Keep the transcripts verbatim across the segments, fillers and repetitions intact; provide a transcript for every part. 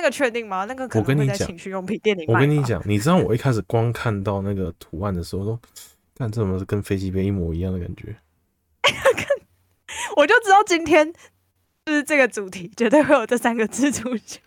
个确定吗？那个可能会在情趣用品店里卖。 我跟你讲，你知道我一开始光看到那个图案的时候，说看这怎么是跟飞机杯一模一样的感觉， 我就知道今天就是这个主题绝对会有这三个字出现。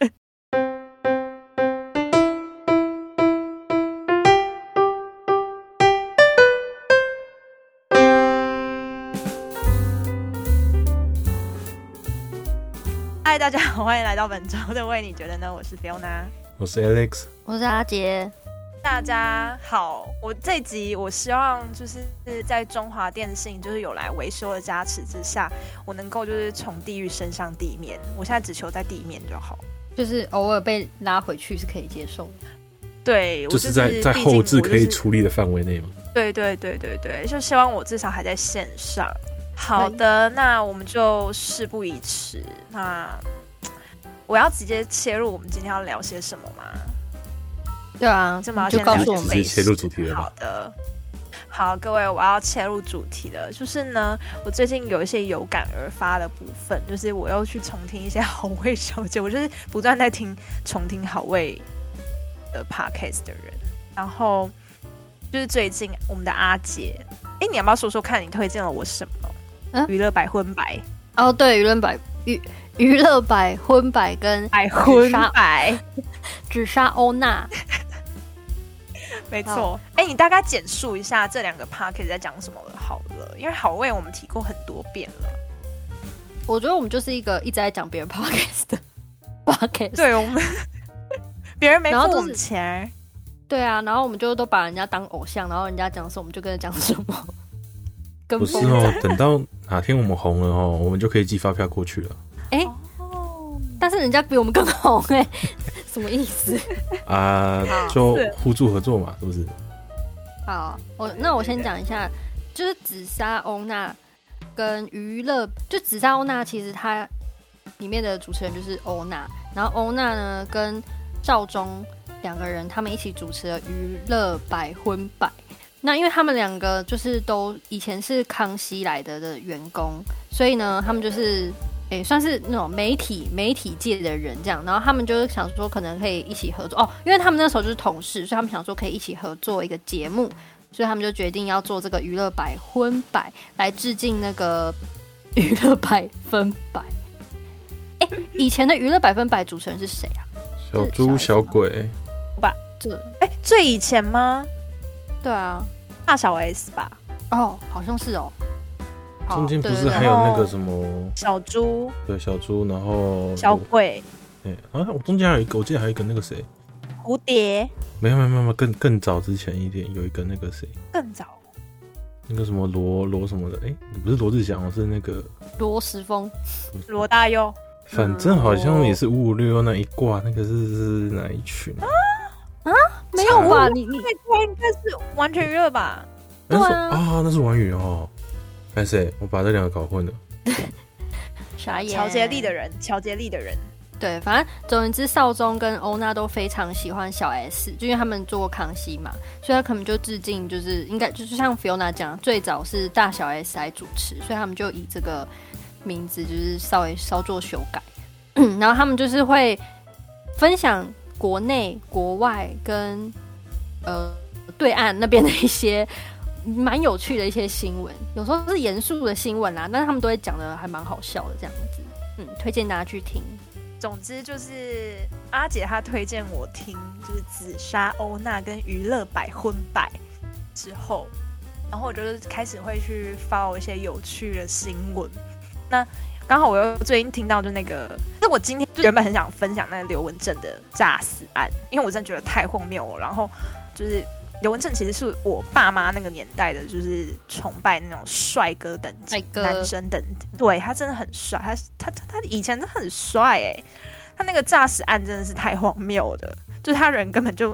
嗨，大家好，欢迎来到本周的喂你觉得呢？我是 Fiona， 我是 Alex， 我是阿杰。 大家好，我这一集我希望就是在中华电信就是有来维修的加持之下，我能够就是从地狱升上地面。我现在只求在地面就好， 就是偶尔被拉回去是可以接受的。 对， 就是、在在后置可以处理的范围内嘛。 对对对对对，就希望我至少还在线上。好的，那我们就事不宜迟。那我要直接切入我们今天要聊些什么吗？ 对啊， 这么要就告诉我们直接切入主题了吧。 好的，好，各位，我要切入主题了。就是呢，我最近有一些有感而发的部分，就是我又去重听一些好味小姐，我就是不断在听重听好味的 podcast 的人。然后就是最近我们的阿杰，哎，你要不要说说看你推荐了我什么？嗯，娱乐百分百。 哦，对，娱乐百娱娱乐百分百跟百分百紫砂欧娜。 没错，哎、欸，你大概简述一下这两个 podcast 在讲什么好了，因为好味我们提过很多遍了。 我觉得我们就是一个一直在讲别人 podcast 的 podcast， 对我们别人没付我们钱、就是， 对啊，然后我们就都把人家当偶像，然后人家讲什么我们就跟着讲什么。 不是哦，等到哪天我们红了哦，我们就可以寄发票过去了。 哎、欸哦，但是人家比我们更红哎、欸，什么意思啊？就互助合作嘛，是不是？ 好，我那我先讲一下，就是紫砂欧娜跟娱乐，就紫砂欧娜其实它里面的主持人就是欧娜，然后欧娜呢跟赵忠两个人他们一起主持了娱乐百分百。那因为他们两个就是都以前是康熙来的的员工，所以呢，他们就是诶算是那种媒体媒体界的人这样，然后他们就是想说可能可以一起合作哦，因为他们那时候就是同事，所以他们想说可以一起合作一个节目，所以他们就决定要做这个娱乐百分百来致敬那个娱乐百分百。哎，以前的娱乐百分百主持人是谁啊？ 小猪小鬼吧？这哎最以前吗？对啊，大小 S 吧？ 哦，好像是哦。 中间不是还有那个什么小猪？ 对，小猪，然后小鬼。 哎、欸，啊，我中间还有一个，我记得还有一个那个谁， 蝴蝶。没有没有没有，更更早之前一点有一个那个谁， 更早， 那个什么罗罗什么的，哎、欸，你不是罗志祥，我是那个罗时丰， 罗大佑。 反正好像也是五五六六那一挂，那个是是哪一群啊？ 啊，没有吧？你你应该是完全娱乐吧？ 对啊， 啊，那是王宇哦。还是谁？我把这两个搞混了。 傻眼。 乔杰利的人，乔杰利的人。 对，反正总而言之，少宗跟欧娜都非常喜欢小 S， 就因为他们做过康熙嘛，所以他可能就致敬，就是应该就是像 Fiona 讲，最早是大小 S 来主持，所以他们就以这个名字就是稍微稍作修改。然后他们就是会分享国内、国外跟呃对岸那边的一些蛮有趣的一些新闻，有时候是严肃的新闻啦，但是他们都会讲的还蛮好笑的这样子。嗯，推荐大家去听。 总之就是阿姐她推荐我听，就是紫砂欧娜跟娱乐百分百之后，然后我就是开始会去 follow 一些有趣的新闻。那刚好我又最近听到就那个，就是我今天原本很想分享那个刘文正的诈死案，因为我真的觉得太荒谬了。然后就是刘文正其实是我爸妈那个年代的，就是崇拜那种帅哥等级男生等级，对他真的很帅，他他他他以前真的很帅哎、欸，他那个诈死案真的是太荒谬的，就是他人根本就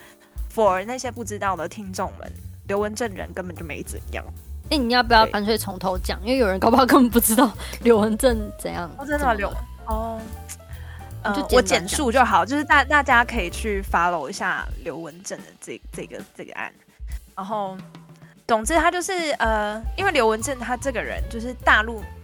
，for 那些不知道的听众们，刘文正人根本就没怎样。 哎、欸，你要不要干脆从头讲？因为有人搞不好根本不知道刘文正怎样。 哦，真的吗？刘哦，呃，就我简述就好，就是大大家可以去 follow 一下刘文正的这这个这个案。然后，总之他就是呃，因为刘文正他这个人就是大陆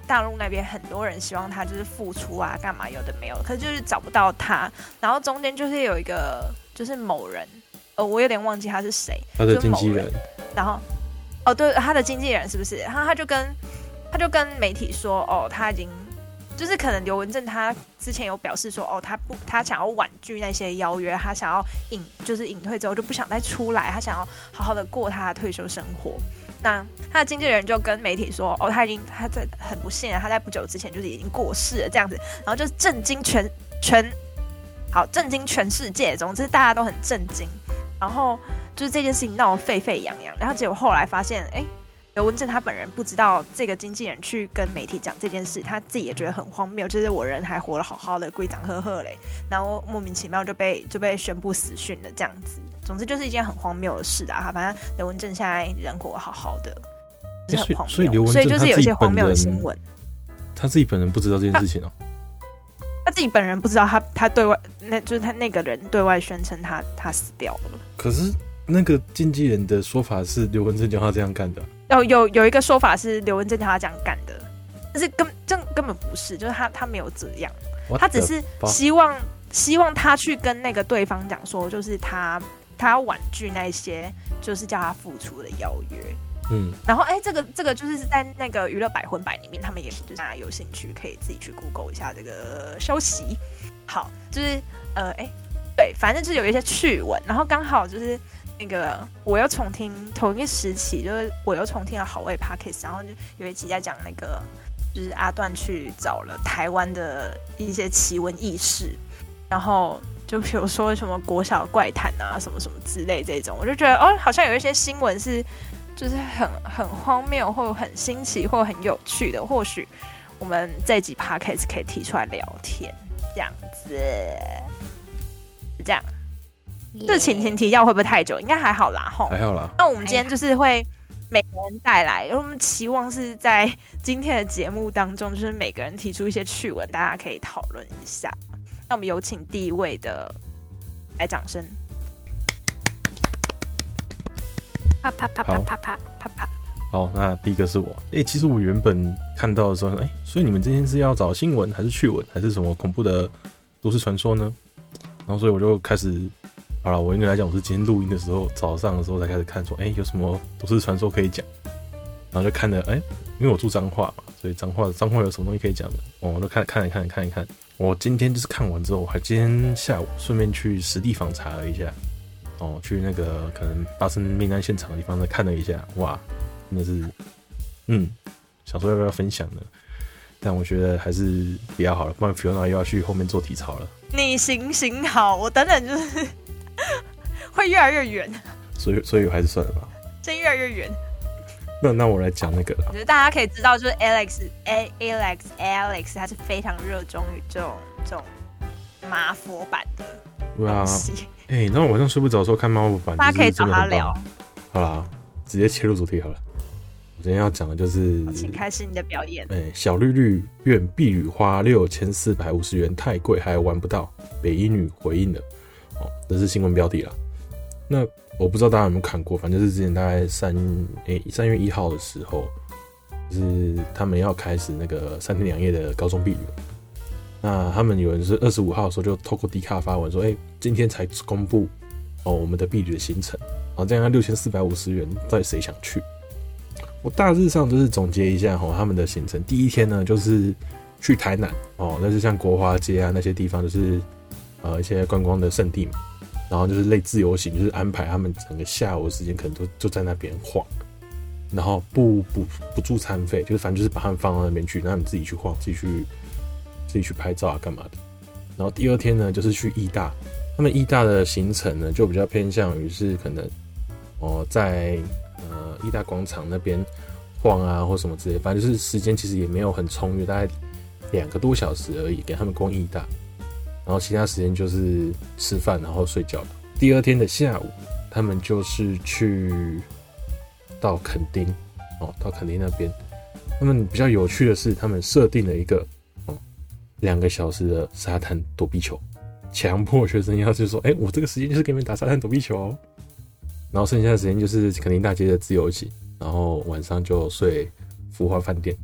大陆那边很多人希望他就是复出啊，干嘛有的没有，可是就是找不到他。然后中间就是有一个就是某人，呃，我有点忘记他是谁， 他的经纪人。 人然后，哦，对，他的经纪人是不是？他他就跟他就跟媒体说，哦，他已经。就是可能刘文正他之前有表示说，哦，他不，他想要婉拒那些邀约，他想要隐，就是隐退之后就不想再出来，他想要好好的过他的退休生活。那他的经纪人就跟媒体说，哦，他已经他在很不幸啊，他在不久之前就是已经过世了这样子，然后就是震惊全全，好震惊全世界，总之大家都很震惊，然后就是这件事情闹得沸沸扬扬，然后结果后来发现，哎。刘文正他本人不知道这个经纪人去跟媒体讲这件事，他自己也觉得很荒谬，就是我人还活得好好的，规长呵呵嘞，然后莫名其妙就被就被宣布死讯了这样子。总之就是一件很荒谬的事啊！反正刘文正现在人活得好好的，就是很荒谬， 所以刘文正所以就是有一些荒谬的新闻。 他自己本人不知道这件事情哦。 他自己本人不知道他，他对外那就是他那个人对外宣称他他死掉了。 可是那个经纪人的说法是刘文正叫他这样干的。 有有有一个说法是刘文正叫他这样干的，但是根这根本不是，就是他他没有这样，他只是希望希望他去跟那个对方讲说，就是他他要婉拒那些就是叫他付出的邀约。嗯，然后哎、欸，这个这个就是在那个娱乐百分百里面，他们也就是大家有兴趣可以自己去 Google 一下这个消息。好，就是呃哎、欸，对，反正就是有一些趣闻，然后刚好就是。那个我又重听同一个时期，就是我又重听了好味 Podcast， 然后就有一集在讲那个，就是阿段去找了台湾的一些奇闻异事，然后就比如说什么国小怪谈啊，什么什么之类这种，我就觉得哦，好像有一些新闻是就是很很荒谬，或很新奇，或很有趣的，或许我们这集 Podcast 可以提出来聊天，这样子，这样。这前情提要会不会太久？应该还好啦，吼， 还好啦。 那我们今天就是会每个人带来，我们期望是在今天的节目当中，就是每个人提出一些趣闻，大家可以讨论一下。那我们有请第一位的来掌声， 啪啪啪啪啪啪啪啪。 好，那第一个是我。哎、欸，其实我原本看到的时候，哎、欸，所以你们今天是要找新闻，还是趣闻，还是什么恐怖的都市传说呢？然后所以我就开始。好了，我应该来讲，我是今天录音的时候，早上的时候才开始看，说，哎、欸，有什么都市传说可以讲，然后就看了，哎、欸，因为我住彰化嘛，所以彰化彰化有什么东西可以讲的，哦，我就看看一看看一看。我今天就是看完之后，我还今天下午顺便去实地访查了一下，哦，去那个可能发生命案现场的地方再看了一下，哇，真的是，嗯，想说要不要分享呢？但我觉得还是比较好了，不然 Fiona 又要去后面做体操了。 你行行好，我等等就是。会越来越远， 所以所以我还是算了吧， 真越来越远。 那那我来讲那个啦， 我觉得大家可以知道，就是 Alex A Alex Alex 他是非常热衷于这种这种麻佛版的东西。 哎、欸，那我晚上睡不着的时候看麻佛版， 大家可以找他聊。 好啦，直接切入主题好了。我今天要讲的就是， 请开始你的表演。 哎、欸，小绿绿愿碧绿花六千四百五十元太贵，还玩不到。北一女回应了。哦，这是新闻标题啦。那我不知道大家有没有看过，反正就是之前大概三诶三月一号的时候，就是他们要开始那个三天两夜的高中毕旅。那他们有人是二十五号的时候就透过 D 卡发文说，哎、欸，今天才公布哦我们的毕旅的行程，然后这样六千四百五十元，到底谁想去？我大致上就是总结一下哦他们的行程。第一天呢，就是去台南哦，那是像国华街啊那些地方，就是。呃，一些观光的圣地嘛，然后就是类自由行，就是安排他们整个下午的时间，可能都就在那边晃，然后不不不住餐费，就是反正就是把他们放到那边去，让他们自己去晃，自己去自己去拍照啊，干嘛的。然后第二天呢，就是去义大，他们义大的行程呢，就比较偏向于是可能哦、呃，在呃义大广场那边晃啊，或什么之类的，反正就是时间其实也没有很充裕，大概两个多小时而已，给他们逛义大。然后其他时间就是吃饭，然后睡觉。第二天的下午，他们就是去到垦丁，哦，到垦丁那边。他们比较有趣的是，他们设定了一个哦两个小时的沙滩躲避球，强迫学生要就是说，哎、欸，我这个时间就是给你们打沙滩躲避球哦。然后剩下的时间就是垦丁大街的自由行，然后晚上就睡福华饭店。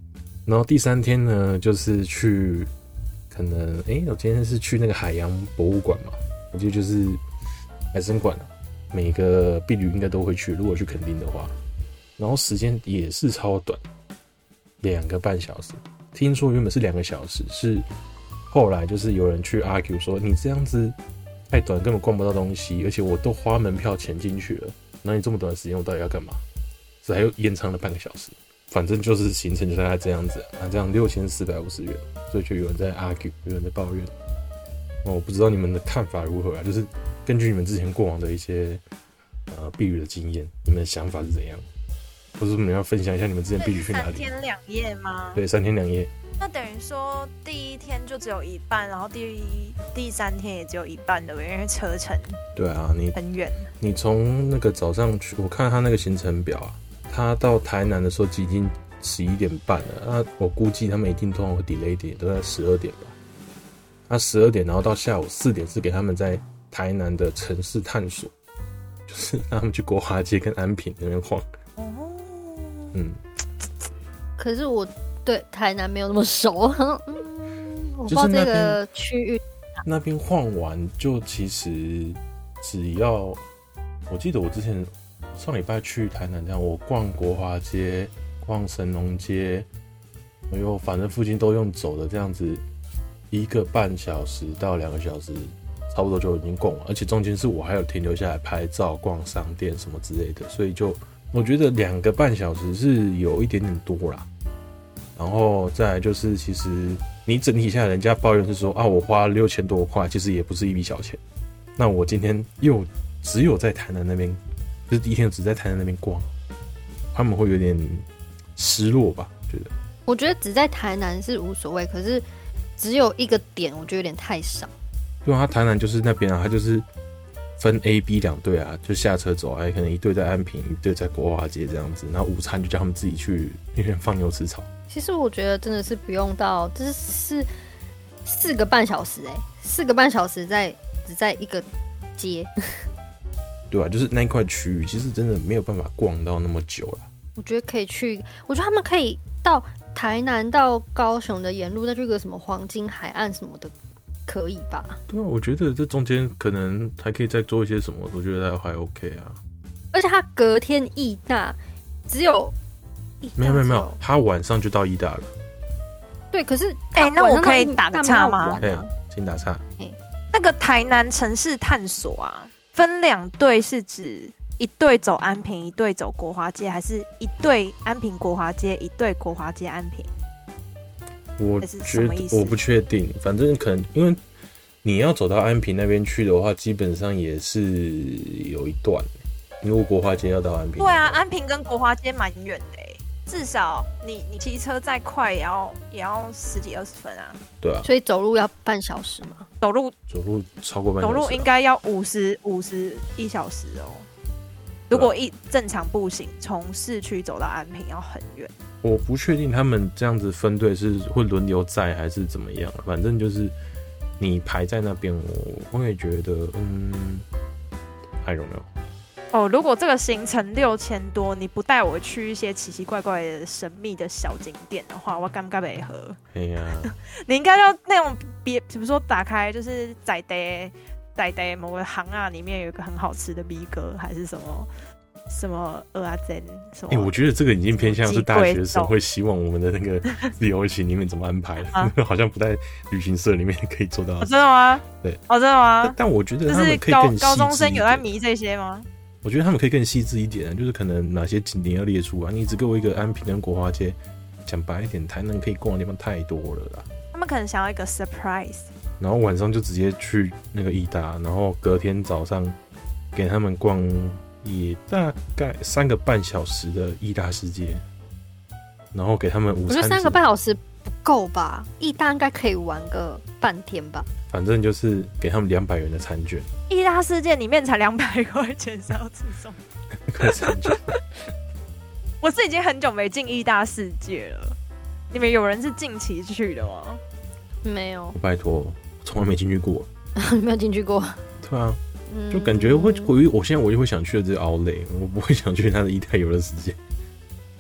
然后第三天呢，就是去可能哎、欸，我今天是去那个海洋博物馆嘛，我记得就是海参馆，每个婢女应该都会去，如果去垦丁的话。然后时间也是超短，两个半小时。听说原本是两个小时，是后来就是有人去 argue 说你这样子太短，根本逛不到东西，而且我都花门票钱进去了，那你这么短的时间我到底要干嘛？所以还又延长了半个小时。反正就是行程就大概这样子啊，这样六千四百五十元，所以就有人在 argue， 有人在抱怨。那我不知道你们的看法如何啊？就是根据你们之前过往的一些呃避旅的经验，你们的想法是怎样？或者你们要分享一下你们之前避旅去哪里？ 三天两夜吗？ 对，三天两夜。 那等于说第一天就只有一半，然后第第三天也只有一半的，因为车程对啊，你很远。 你从那个早上去，我看他那个行程表啊，他到台南的时候已经十一点半了。那我估计他们一定通常会 delay 一点，都在十二点吧。他十二点，然后到下午四点是给他们在台南的城市探索，就是让他们去国华街跟安平那边晃。 哦， 嗯。 可是我对台南没有那么熟，嗯，我不知道这个区域。 那边晃完就其实只要，我记得我之前上礼拜去台南这样，我逛国华街、逛神农街，哎呦，反正附近都用走的这样子，一个半小时到两个小时，差不多就已经逛完，而且中间是我还有停留下来拍照、逛商店什么之类的，所以就我觉得两个半小时是有一点点多啦。然后再来就是，其实你整体下来，人家抱怨是说啊，我花六千多块，其实也不是一笔小钱。那我今天又只有在台南那边，就是第一天只在台南那边逛，他们会有点失落吧？觉得？ 我觉得只在台南是无所谓，可是只有一个点，我觉得有点太少。 对啊，他台南就是那边啊，他就是分 A、B 两队啊，就下车走，还可能一队在安平，一队在国华街这样子，然后午餐就叫他们自己去那边放牛吃草。 其实我觉得真的是不用到，这是四个半小时哎、欸，四个半小时在只在一个街， 对啊，就是那一块区域，其实真的没有办法逛到那么久了。 我觉得可以去，我觉得他们可以到台南到高雄的沿路再去个什么黄金海岸什么的，可以吧？ 对啊，我觉得这中间可能还可以再做一些什么，我觉得还 OK 啊。 而且他隔天义大只有。 没有没有没有，他晚上就到义大了。 对，可是哎、欸，那我可以打个岔吗？ 对、欸，请打岔。 欸、 那个台南城市探索啊，分两队是指一队走安平，一队走国华街，还是一队安平国华街，一队国华街安平？ 我觉得我不确定，反正可能因为你要走到安平那边去的话，基本上也是有一段。如果国华街要到安平， 对啊，安平跟国华街蛮远的。至少你你骑车再快也要也要十几二十分啊。 对啊， 所以走路要半小时吗？ 走路走路超过半小时、啊， 走路应该要五十五十一小时哦。如果一正常步行从市区走到安平要很远。 我不确定他们这样子分队是会轮流载还是怎么样，反正就是你排在那边，我会觉得嗯 ，I don't know。 哦，如果这个行程六千多，你不带我去一些奇奇怪怪的神秘的小景点的话，我敢不敢没喝？ 哎呀， 你应该要那种别，比如说打开就是在地在地某个行啊，里面有一个很好吃的米糕，还是什么什么蚵仔煎什么？ 哎、欸，我觉得这个已经偏向是大学生会希望我们的那个旅游行里面怎么安排，啊、好像不在旅行社里面可以做到、 哦。真的吗？ 对， 哦，真的吗？ 但, 但我觉得他们可以更细致一点。 高中生有在迷这些吗？ 我觉得他们可以更细致一点，就是可能哪些景点要列出啊。你只给我一个安平跟国华街，讲白一点，台南可以逛的地方太多了啦。 他们可能想要一个 surprise， 然后晚上就直接去那个义大，然后隔天早上给他们逛也大概三个半小时的义大世界，然后给他们午餐。 我觉得三个半小时不够吧，义大应该可以玩个半天吧。 反正就是给他们两百元的餐券。 义大世界里面才两百块钱，是要吃什么？ 餐券。 我是已经很久没进义大世界了。你们有人是近期去的吗？ 没有。 拜托，从来没进去过。 没有进去过。 对啊，就感觉会我我现在我就会想去的这个Outlet，我不会想去他的义大游乐世界。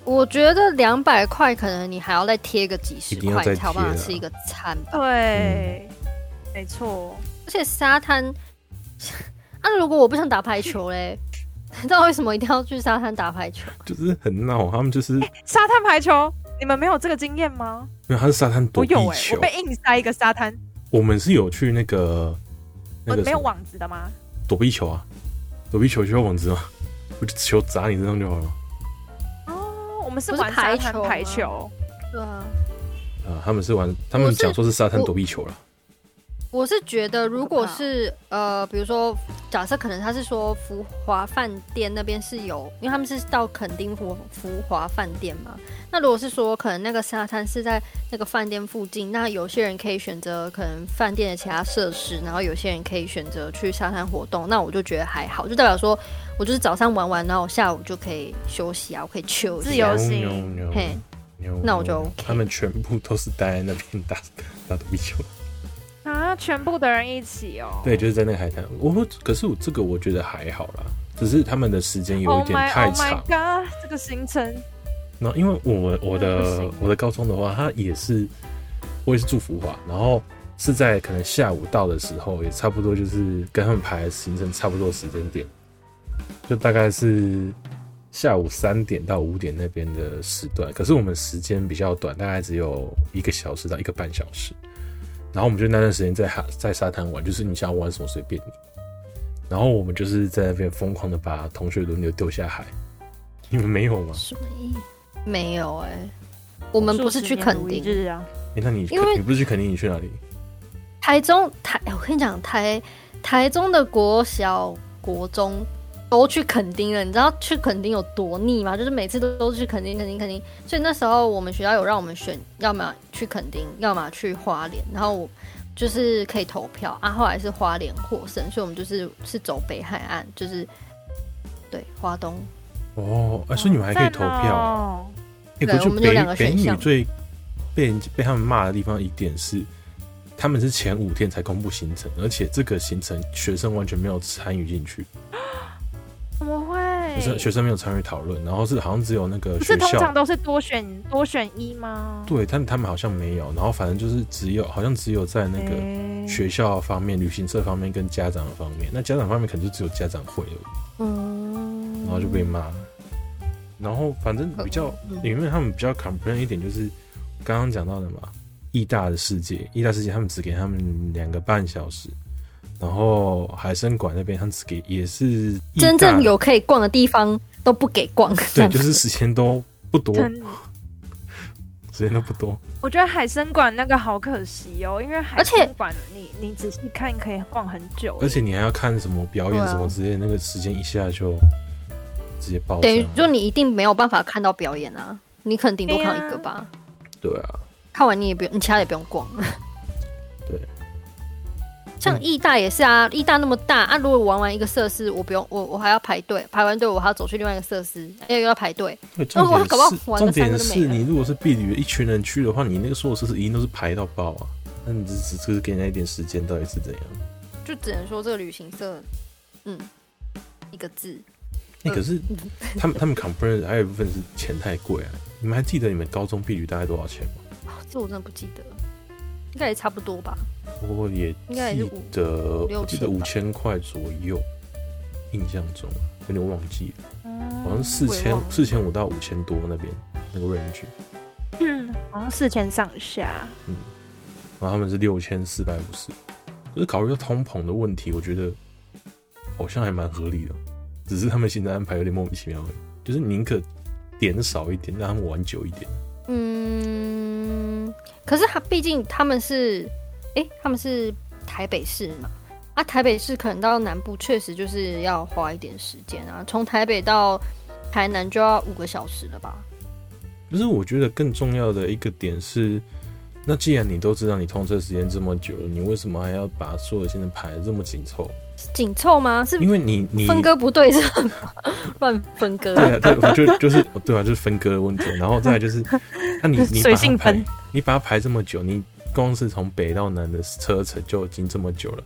我觉得两百块可能你还要再贴个几十块， 一定要再贴才有办法啊吃一个餐吧。 对，没错。 而且沙滩，啊，如果我不想打排球嘞，你知道为什么一定要去沙滩打排球？ 就是很闹，他们就是沙滩排球，你们没有这个经验吗？ 没有，他是沙滩躲我有哎、 避球。 我被硬塞一个沙滩。 我们是有去那个那个哦、没有什么网子的吗？ 躲避球啊，躲避球需要网子吗？我就球砸你身上就好了。 哦，我们是不是玩沙滩排球吗排球。 对啊， 啊，他们是玩，他们讲说是沙滩躲避球啦。 我是觉得，如果是呃，比如说，假设可能他是说福华饭店那边是有，因为他们是到垦丁福福华饭店嘛。那如果是说可能那个沙滩是在那个饭店附近，那有些人可以选择可能饭店的其他设施，然后有些人可以选择去沙滩活动，那我就觉得还好，就代表说我就是早上玩完，然后我下午就可以休息啊，我可以 chill 一下自由行牛牛嘿牛那我就 OK 他们全部都是待在那边打打躲避球。 啊，全部的人一起哦。 对，就是在那个海滩。我可是我这个我觉得还好啦，只是他们的时间有一 Oh 点 my 太 Oh 长。 my God， 这个行程。 然后因为我我不的行我的高中的话，它也是我也是住福华，然后是在可能下午到的时候，也差不多就是跟他们排的行程差不多时间点，就大概是下午三点到五点那边的时段。可是我们时间比较短，大概只有一个小时到一个半小时。然后我们就那段时间在海在沙滩玩，就是你想要玩什么随便你。然后我们就是在那边疯狂的把同学轮流丢下海。你们没有吗？ 什么意思？没有哎、我们不是去垦丁日啊。 哎、那你因为你不是去垦丁，你去哪里？ 台中台，我跟你讲，台台中的国小、国中都去垦丁了。你知道去垦丁有多腻吗？就是每次都都去垦丁、垦丁、垦丁。所以那时候我们学校有让我们选，要么去垦丁，要么去花莲。然后我就是可以投票啊。后来是花莲获胜，所以我们就是是走北海岸，就是对花东。 哦，哎、所以你们还可以投票、啊。 哦哎、 对可是北我们有两个北选项女最被人被他们骂的地方一点是，他们是前五天才公布行程，而且这个行程学生完全没有参与进去， 怎么会？ 就是学生没有参与讨论，然后是好像只有那个不是学校， 通常都是多选多选一吗？ 对，但他们好像没有，然后反正就是只有好像只有在那个欸学校方面、旅行社方面跟家长的方面，那家长方面可能就只有家长会而已， 嗯， 然后就被骂。然后反正比较嗯里面他们比较 complain 一点就是刚刚讲到的嘛，义大的世界，义大世界他们只给他们两个半小时，然后海参馆那边他们只给也是义大真正有可以逛的地方都不给逛，这对， 样子就是时间都不多， 真时间都不多。 我觉得海参馆那个好可惜哦，因为海而且参馆你你仔细看可以逛很久， 而且你还要看什么表演对啊什么之类的，那个时间一下就直接爆炸。 等于就你一定没有办法看到表演啊，你可能顶多看到一个吧。 对啊， 看完你也不用，你其他也不用逛。 对， 像义大也是啊，义大那么大啊，如果玩完一个设施，我不用，我我还要排队，排完队我还要走去另外一个设施，哎，又要排队。 对，重点我搞不好是玩个重点是三个都没了你如果是避旅一群人去的话，你那个所有设施一定都是排到爆啊。那你只只是给人家一点时间，到底是怎样？ 就只能说这个旅行社，嗯，一个字。 哎、可是他们他们 complain 还有一部分是钱太贵啊。你们还记得你们高中避旅大概多少钱吗？ 这我真的不记得，应该也差不多吧。 我也记应该也是五得， 六我记得千吧五千块左右，印象中有点忘记了， 嗯好像四千我也忘了四千五到五千多那边那个 range， 嗯，好像四千上下。 然后他们是六千四百五十。可是考虑到通膨的问题，我觉得好像还蛮合理的，只是他们现在安排有点莫名其妙而已，就是宁可点少一点，让他们玩久一点。 嗯，可是他毕竟他们是，哎、他们是台北市嘛，啊，台北市可能到南部确实就是要花一点时间啊，从台北到台南就要五个小时了吧？ 可是我觉得更重要的一个点是，那既然你都知道你通车时间这么久了，你为什么还要把所有的行程排得这么紧凑？ 紧凑吗？是因为你你分割不对是吧？乱分割。 对啊，对，就就是对啊，就是分割的问题。然后再来就是，那、你你把它排随性分， 你把它排这么久，你光是从北到南的车程就已经这么久了。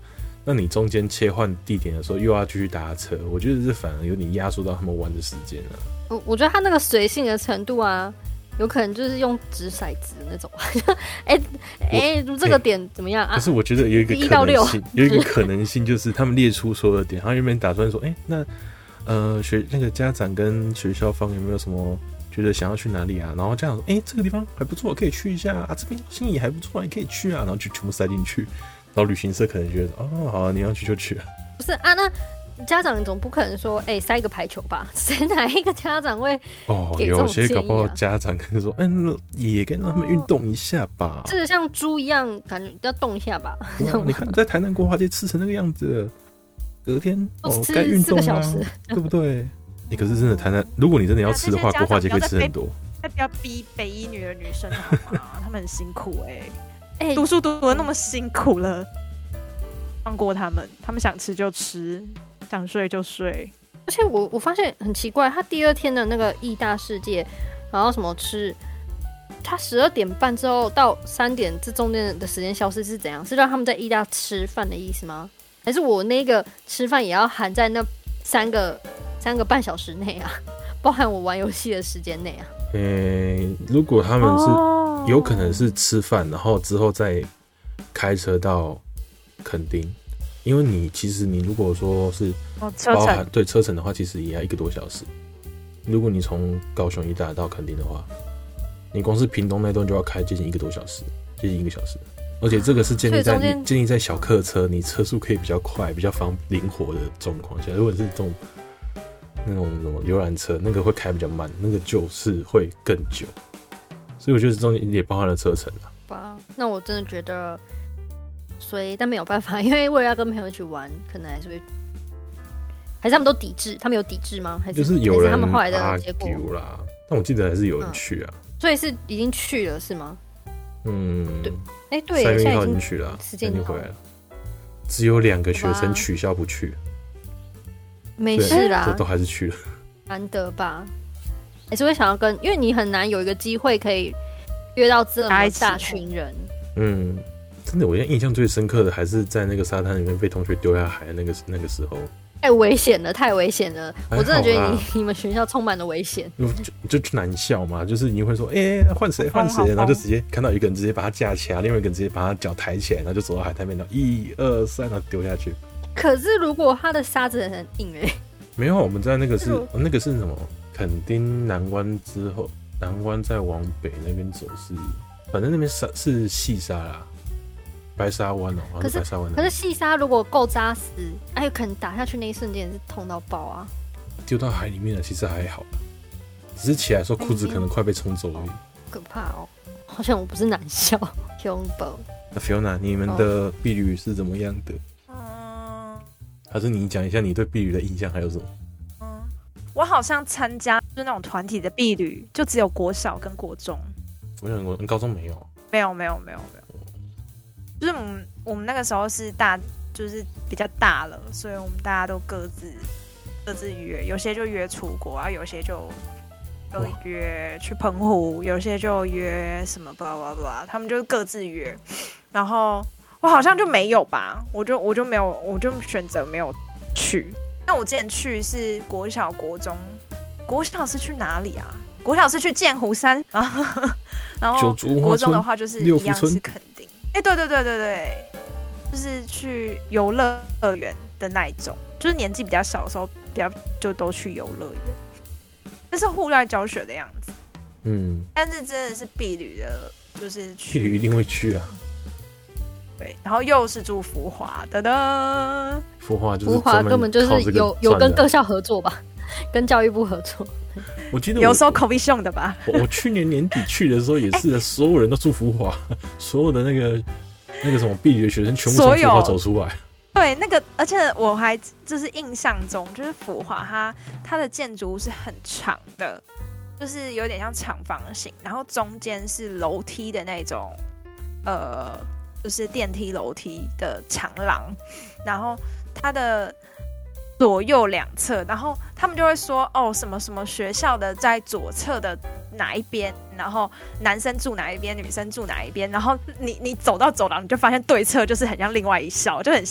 那你中间切换地点的时候又要继续搭车，我觉得这反而有点压缩到他们玩的时间啊。 我我觉得他那个随性的程度啊，有可能就是用掷骰子的那种。哎哎、欸欸，这个点怎么样啊？ 可是我觉得有一个可能性，有一个可能性就是他们列出所有的点，他原本打算说，哎、欸，那呃学那个家长跟学校方有没有什么觉得想要去哪里啊？然后家长说，哎、欸，这个地方还不错，可以去一下啊，这边心仪还不错，你可以去啊，然后就全部塞进去。然后旅行社可能觉得，哦，好、啊，你要去就去啊。 不是啊，那家长总不可能说，哎、欸，塞一个排球吧？谁哪一个家长会哦？ 给这种建议啊？ 有些搞不好家长可能说，嗯，也跟让他们运动一下吧。 这、哦、像猪一样，感觉要动一下吧。 你看，在台南国华街吃成那个样子，隔天哦该运动啊，对不对？你、欸、可是真的台南，如果你真的要吃的话，国华街可以吃很多。 那不要逼北一女的女生好吗？他们很辛苦哎、欸。 欸、 读书读得那么辛苦了，放过他们，他们想吃就吃，想睡就睡。 而且我我发现很奇怪，他第二天的那个义大世界，然后什么吃，他十二点半之后到三点这中间的时间消失是怎样？是让他们在义大吃饭的意思吗？还是我那个吃饭也要含在那三个三个半小时内啊？包含我玩游戏的时间内啊？ 呃、欸，如果他们是。哦有可能是吃饭，然后之后再开车到垦丁，因为你其实你如果说是包含、哦、对车程的话，其实也要一个多小时。如果你从高雄一大到垦丁的话，你光是屏东那段就要开接近一个多小时，接近一个小时。而且这个是建立在你建立在小客车，你车速可以比较快、比较方灵活的状况下。如果是这种那种什么游览车，那个会开比较慢，那个就是会更久。所以我觉得中间也包含了车程啊。 吧，那我真的觉得，所以但没有办法，因为为了要跟朋友一起玩，可能还是会，还是他们都抵制，他们有抵制吗？还是就是有人他们后来的结果啦？但我记得还是有人去啊、 嗯，所以是已经去了是吗？ 嗯， 对，哎、欸、对， 三月一号已经去了， 时间已经回来了，只有两个学生取消不去， 没事啦， 这都还是去了， 难得吧？还是会想要跟，因为你很难有一个机会可以约到这么大群人。 嗯，真的，我现在印象最深刻的还是在那个沙滩里面被同学丢下海的那个那个时候， 太危险了，太危险了！我真的觉得你你们学校充满了危险。 就就难笑嘛，就是你会说，哎、欸，换谁换谁，然后就直接看到一个人直接把他架起来，另外一个人直接把他脚抬起来，然后就走到海滩边，然后一二三，然后丢下去。 可是如果他的沙子很硬哎、欸， 没有，我们在那个是、哦、那个是什么？垦丁南湾之后，南湾再往北那边走是，反正那边沙是细沙啦，白沙湾哦、喔。 可是白沙湾， 可是细沙如果够扎实，哎，有可能打下去那一瞬间是痛到爆啊！ 丢到海里面了，其实还好，只是起来的时候裤子可能快被冲走而已。 可怕哦，好像我不是男校，恐怖。 那 Fiona， 你们的避旅是怎么样的？嗯，还是你讲一下你对避旅的印象还有什么？ 我好像参加就是那种团体的避旅，就只有国小跟国中。 我想我高中没有， 没有没有没有没有，就是我们我们那个时候是大，就是比较大了，所以我们大家都各自各自约，有些就约出国啊，有些就就约去澎湖，有些就约什么巴拉巴拉，他们就各自约。然后我好像就没有吧，我就我就没有，我就选择没有去。那我之前去是国小、国中，国小是去哪里啊？国小是去剑湖山，然后然后国中的话就是一样是垦丁。哎、欸，对对对对对，就是去游乐园的那一种，就是年纪比较小的时候，比较就都去游乐园，那是户外教学的样子。嗯，但是真的是避旅的，就是去避旅一定会去啊。 对，然后又是住福华，噔噔， 福华就是福华根本就是有有跟各校合作吧，跟教育部合作。 我记得有时候口碑凶的吧。 我, 我去年年底去的时候也是，欸、所有人都住福华，所有的那个那个什么避旅的学生全部从福华走出来。 对，那个而且我还就是印象中，就是福华它它的建筑物是很长的，就是有点像长方形，然后中间是楼梯的那种，呃。就是电梯楼梯的长廊，然后它的左右两侧，然后他们就会说哦什么什么学校的在左侧的哪一边，然后男生住哪一边，女生住哪一边，然后你你走到走廊，你就发现对侧就是很像另外一校，就很像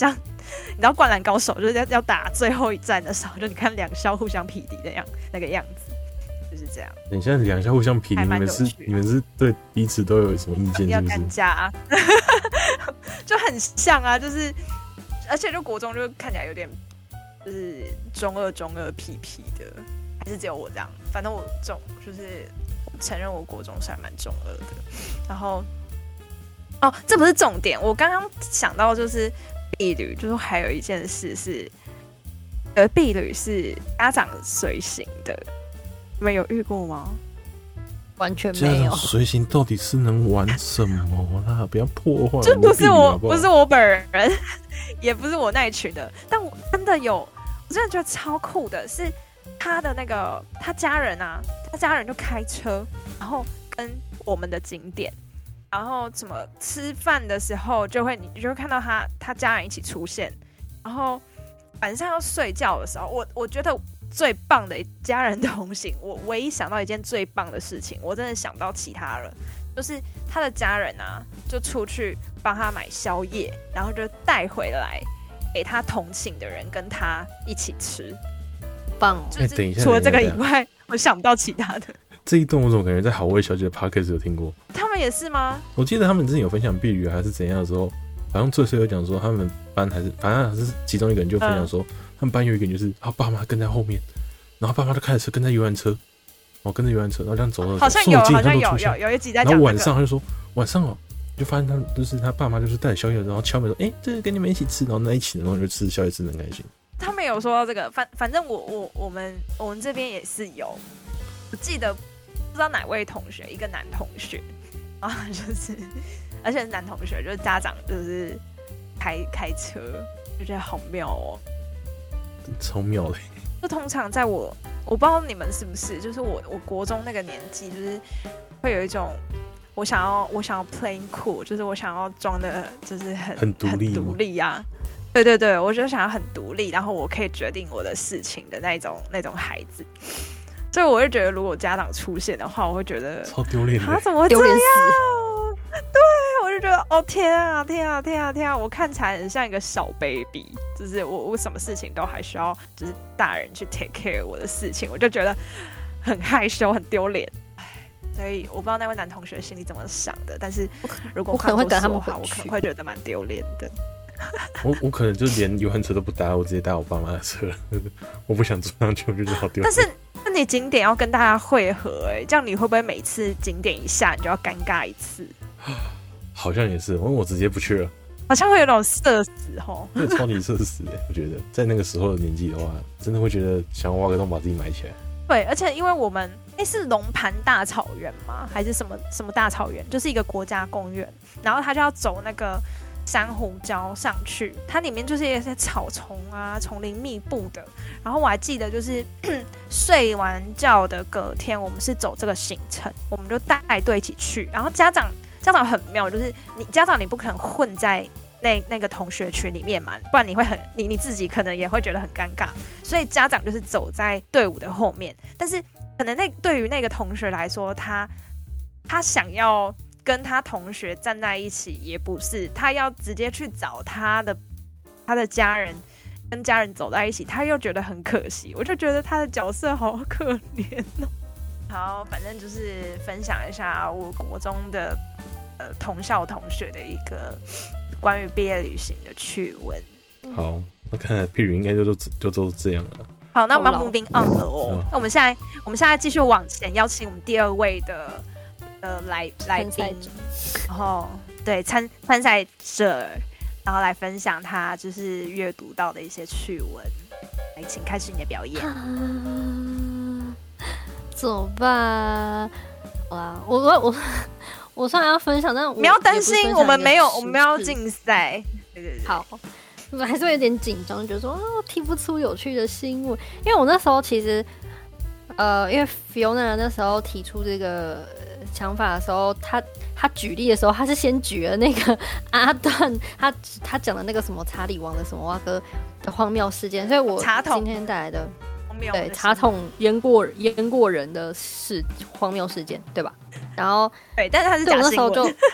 你知道《灌篮高手》就是要要打最后一战的时候，就你看两校互相匹敌的样那个样子，就是这样。 等一下两校互相匹敌，你们是你们是对彼此都有什么意见？ 要是不是？ 干架、啊，就很像啊，就是而且就国中就看起来有点就是中二中二屁屁的，还是只有我这样？反正我中就是承认我国中是还蛮中二的，然后。哦，这不是重点。我刚刚想到就是婢旅，就是还有一件事是，呃，婢旅是家长随行的，你们有遇过吗？ 完全没有。 随行到底是能玩什么啦？不要破坏。 就不是我， 好不好不是我本人，也不是我那一群的，但我真的有，我真的觉得超酷的，是他的那个他家人啊，他家人就开车，然后跟我们的景点。然后怎么吃饭的时候就会你就会看到他他家人一起出现，然后晚上要睡觉的时候，我我觉得最棒的家人同行，我唯一想到一件最棒的事情，我真的想到其他了，就是他的家人啊，就出去帮他买宵夜，然后就带回来给他同寝的人跟他一起吃， 棒哦！ 就是除了这个以外，我想不到其他的。 这一段我怎么感觉在好味小姐的 podcast 有听过？ 他们也是吗？ 我记得他们之前有分享婢旅还是怎样的时候，好像最最有讲说他们班还是反正还是其中一个人就分享说，嗯、他们班有一个人就是他爸妈跟在后面，然后爸妈就开着车跟在游览车，哦跟着游览车，然后这样走了， 好像有好像有有有一集在讲、那個。 然后晚上他就说晚上哦，就发现他就是他爸妈就是带着宵夜，然后敲门说，哎、欸，这个跟你们一起吃，然后在一起，然后就吃宵夜吃得很开心。 他们有说到这个，反反正我我我们我们这边也是有，我记得。不知道哪位同学，一个男同学啊，就是，而且是男同学，就是家长就是开开车，就觉得好妙哦， 超妙的。 就通常在我，我不知道你们是不是，就是我我国中那个年纪，就是会有一种我想要我想要 playing cool， 就是我想要装的，就是很很独立很独立啊。对对对，我就想要很独立，然后我可以决定我的事情的那种那种孩子。所以我会觉得，如果家长出现的话，我会觉得超丢脸的。 他怎么会这样？对，我就觉得哦天啊天啊天啊天啊！我看起来很像一个小 baby， 就是我我什么事情都还需要就是大人去 take care 我的事情，我就觉得很害羞很丢脸。所以我不知道那位男同学心里怎么想的，但是如果我可能会跟他们回去， 我可能会觉得蛮丢脸的。 我我可能就连游览车都不搭，我直接搭我爸妈的车，我不想坐上去，我就觉得好丢脸。 但是那你景点要跟大家汇合、欸，哎，这样你会不会每次景点一下你就要尴尬一次？ 好像也是，因为我直接不去了， 好像会有种社死吼， 对，超级社死哎！我觉得在那个时候的年纪的话，真的会觉得想挖个洞把自己埋起来。 对，而且因为我们哎、欸、是龙盘大草原吗？还是什么什么大草原？就是一个国家公园，然后他就要走那个珊瑚礁上去，它里面就是一些草丛啊，丛林密布的。然后我还记得，就是睡完觉的隔天，我们是走这个行程，我们就带队一起去。然后家长家长很妙，就是你家长你不可能混在那那个同学群里面嘛，不然你会很你你自己可能也会觉得很尴尬。所以家长就是走在队伍的后面，但是可能那对于那个同学来说，他他想要跟他同学站在一起，也不是他要直接去找他的他的家人，跟家人走在一起，他又觉得很可惜。我就觉得他的角色好可怜哦。好，反正就是分享一下我国中的呃同校同学的一个关于毕业旅行的趣闻。 好，那看来碧宇应该就就就都这样了。 好，那我们要 moving on 了哦。那我们现在我们现在继续往前，邀请我们第二位的呃来来宾，然后对参参赛者，然后来分享他就是阅读到的一些趣闻。来，请开始你的表演。 啊、怎么办？哇，我我我我虽然要分享，但我不要担心，我们没有我们没有竞赛。对对对， 好。我还是会有点紧张，觉得说啊，提不出有趣的新闻。因为我那时候其实，呃，因为 Fiona 那时候提出这个想法的时候，他他举例的时候，他是先举了那个阿段他他讲的那个什么查理王的什么蛙哥的荒谬事件，所以我今天带来的对茶桶淹过淹过人的事荒谬事件，对吧？然后对，但是他是假新闻。 对，我那时候就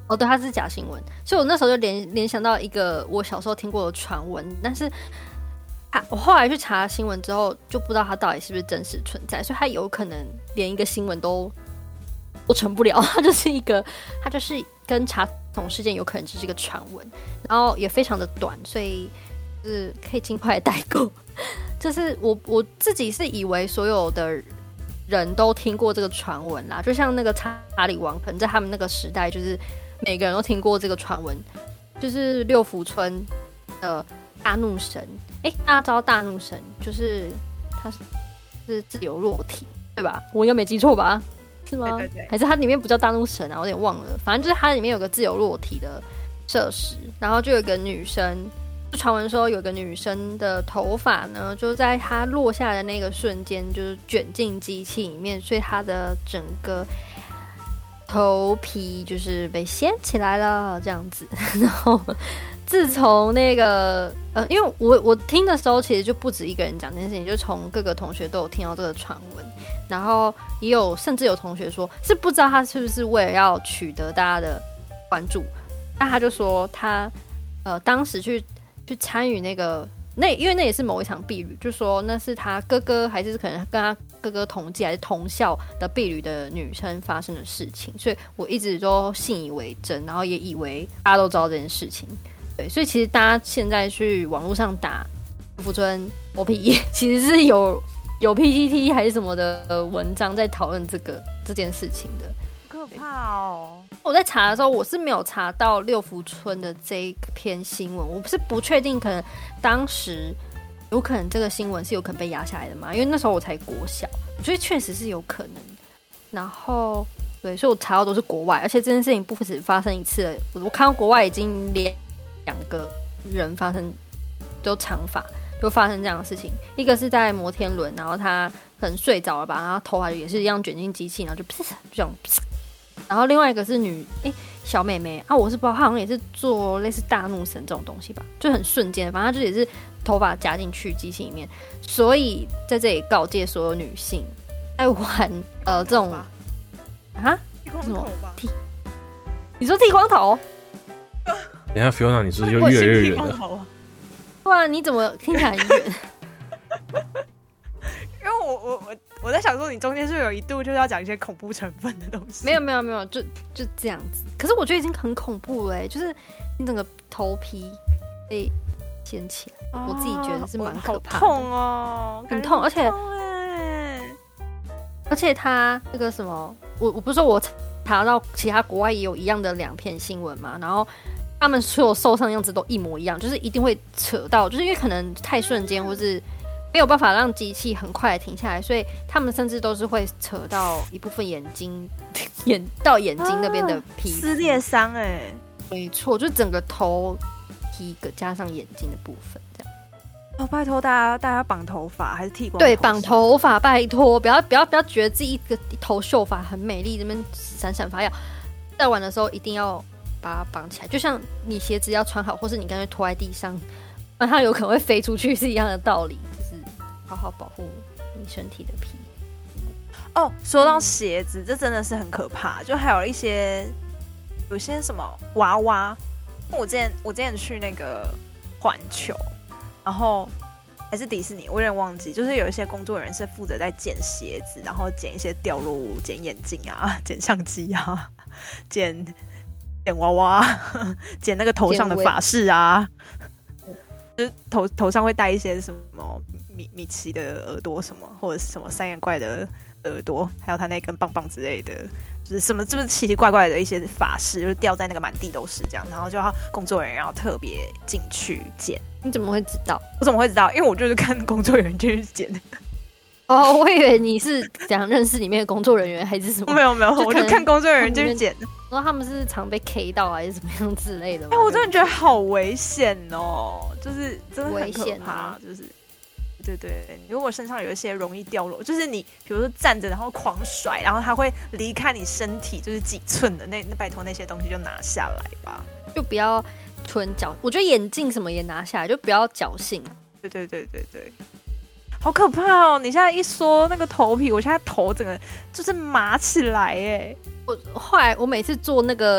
哦，对，它是假新闻，所以我那时候就联联想到一个我小时候听过的传闻，但是啊，我后来去查新闻之后，就不知道它到底是不是真实存在，所以它有可能连一个新闻都都成不了，它就是一个，它就是跟查桶事件有可能只是一个传闻，然后也非常的短，所以就是可以尽快代购。就是我我自己是以为所有的人都听过这个传闻啦，就像那个查理王，可能在他们那个时代，就是每个人都听过这个传闻，就是六福村的大怒神。哎、欸，大家知道大怒神就是他是是自由落体，对吧？我应该没记错吧？是吗？ 对对对， 还是它里面不叫大怒神啊？我有点忘了。反正就是它里面有个自由落体的设施，然后就有一个女生。传闻说有个女生的头发呢，就在她落下的那个瞬间，就是卷进机器里面，所以她的整个头皮就是被掀起来了，这样子。然后自从那个呃，因为我我听的时候，其实就不止一个人讲这件事情，就从各个同学都有听到这个传闻，然后也有甚至有同学说是不知道他是不是为了要取得大家的关注，那他就说他呃当时去。去参与那个那，因为那也是某一场婢女，就说那是他哥哥还是可能跟他哥哥同届还是同校的婢女的女生发生的事情，所以我一直都信以为真，然后也以为大家都知道这件事情。对，所以其实大家现在去网络上打福村 O P， 其实是有有 P T T 还是什么的文章在讨论这个这件事情的。 可怕哦！ 我在查的时候，我是没有查到六福村的这一篇新闻，我是不确定，可能当时有可能这个新闻是有可能被压下来的嘛？因为那时候我才国小，我觉得确实是有可能。然后，对，所以我查到都是国外，而且这件事情不止发生一次了，我看到国外已经连两个人发生都长发，就发生这样的事情。一个是在摩天轮，然后他可能睡着了吧，然后头发也是一样卷进机器，然后就噗就这样噗。然后另外一个是女哎、欸、小妹妹啊，我是不知道她好像也是做类似大怒神这种东西吧，就很瞬间，反正她就也是头发夹进去机器里面。所以在这里告诫所有女性，在玩呃这种啊什么剃，你说剃光头？ 等一下 Fiona 你是不是又越来越远了？ 不然你怎么听起来很远？ 因为我我我我在想说，你中间是不是有一度就是要讲一些恐怖成分的东西？ 没有没有没有，就就这样子。可是我觉得已经很恐怖了、欸，就是你整个头皮被掀起来，哦、我自己觉得是蛮可怕的， 好痛哦， 很痛，而且而且他那个什么，我我不是说我查到其他国外也有一样的两篇新闻嘛，然后他们所有受伤的样子都一模一样，就是一定会扯到，就是因为可能太瞬间或是。没有办法让机器很快的停下来，所以他们甚至都是会扯到一部分眼睛，眼到眼睛那边的皮肤、啊、 撕裂伤哎、欸， 没错，就整个头皮加上眼睛的部分这样。 哦，拜托大家，大家绑头发还是剃光头？ 对，绑头发，拜托，不要不要不要觉得自己一个一头秀发很美丽，这边闪闪发耀，在玩的时候一定要把它绑起来，就像你鞋子要穿好，或是你干脆拖在地上，不然它有可能会飞出去是一样的道理。好好保护你身体的皮哦。说到鞋子，这真的是很可怕。就还有一些有些什么娃娃，我之前我之前去那个环球，然后还是迪士尼，我有点忘记。就是有一些工作人员是负责在捡鞋子，然后捡一些掉落物，捡眼镜啊，捡相机啊，捡捡娃娃，捡那个头上的发饰啊，就是头头上会戴一些什么。米米奇的耳朵什么，或者是什么三眼怪的耳朵，还有他那根棒棒之类的，就是什么就是奇奇怪怪的一些发饰，就是掉在那个满地都是这样，然后就要工作人员要特别进去捡。 你怎么会知道？ 我怎么会知道？因为我就是看工作人员进去捡。 哦，我以为你是想认识里面的工作人员还是什么？ 没有没有，我就看工作人员进去捡。 然后他们是常被 K 到还是怎么样之类的？ 哎、欸，我真的觉得好危险哦，就是真的很可怕，啊、就是。对对，如果身上有一些容易掉落，就是你比如说站着然后狂甩，然后它会离开你身体就是几寸的那那拜托那些东西就拿下来吧， 就不要吞侥。我觉得眼镜什么也拿下来，就不要侥幸。 对对对对对，好可怕哦！你现在一说那个头皮，我现在头整个就是麻起来哎。 我后来我每次做那个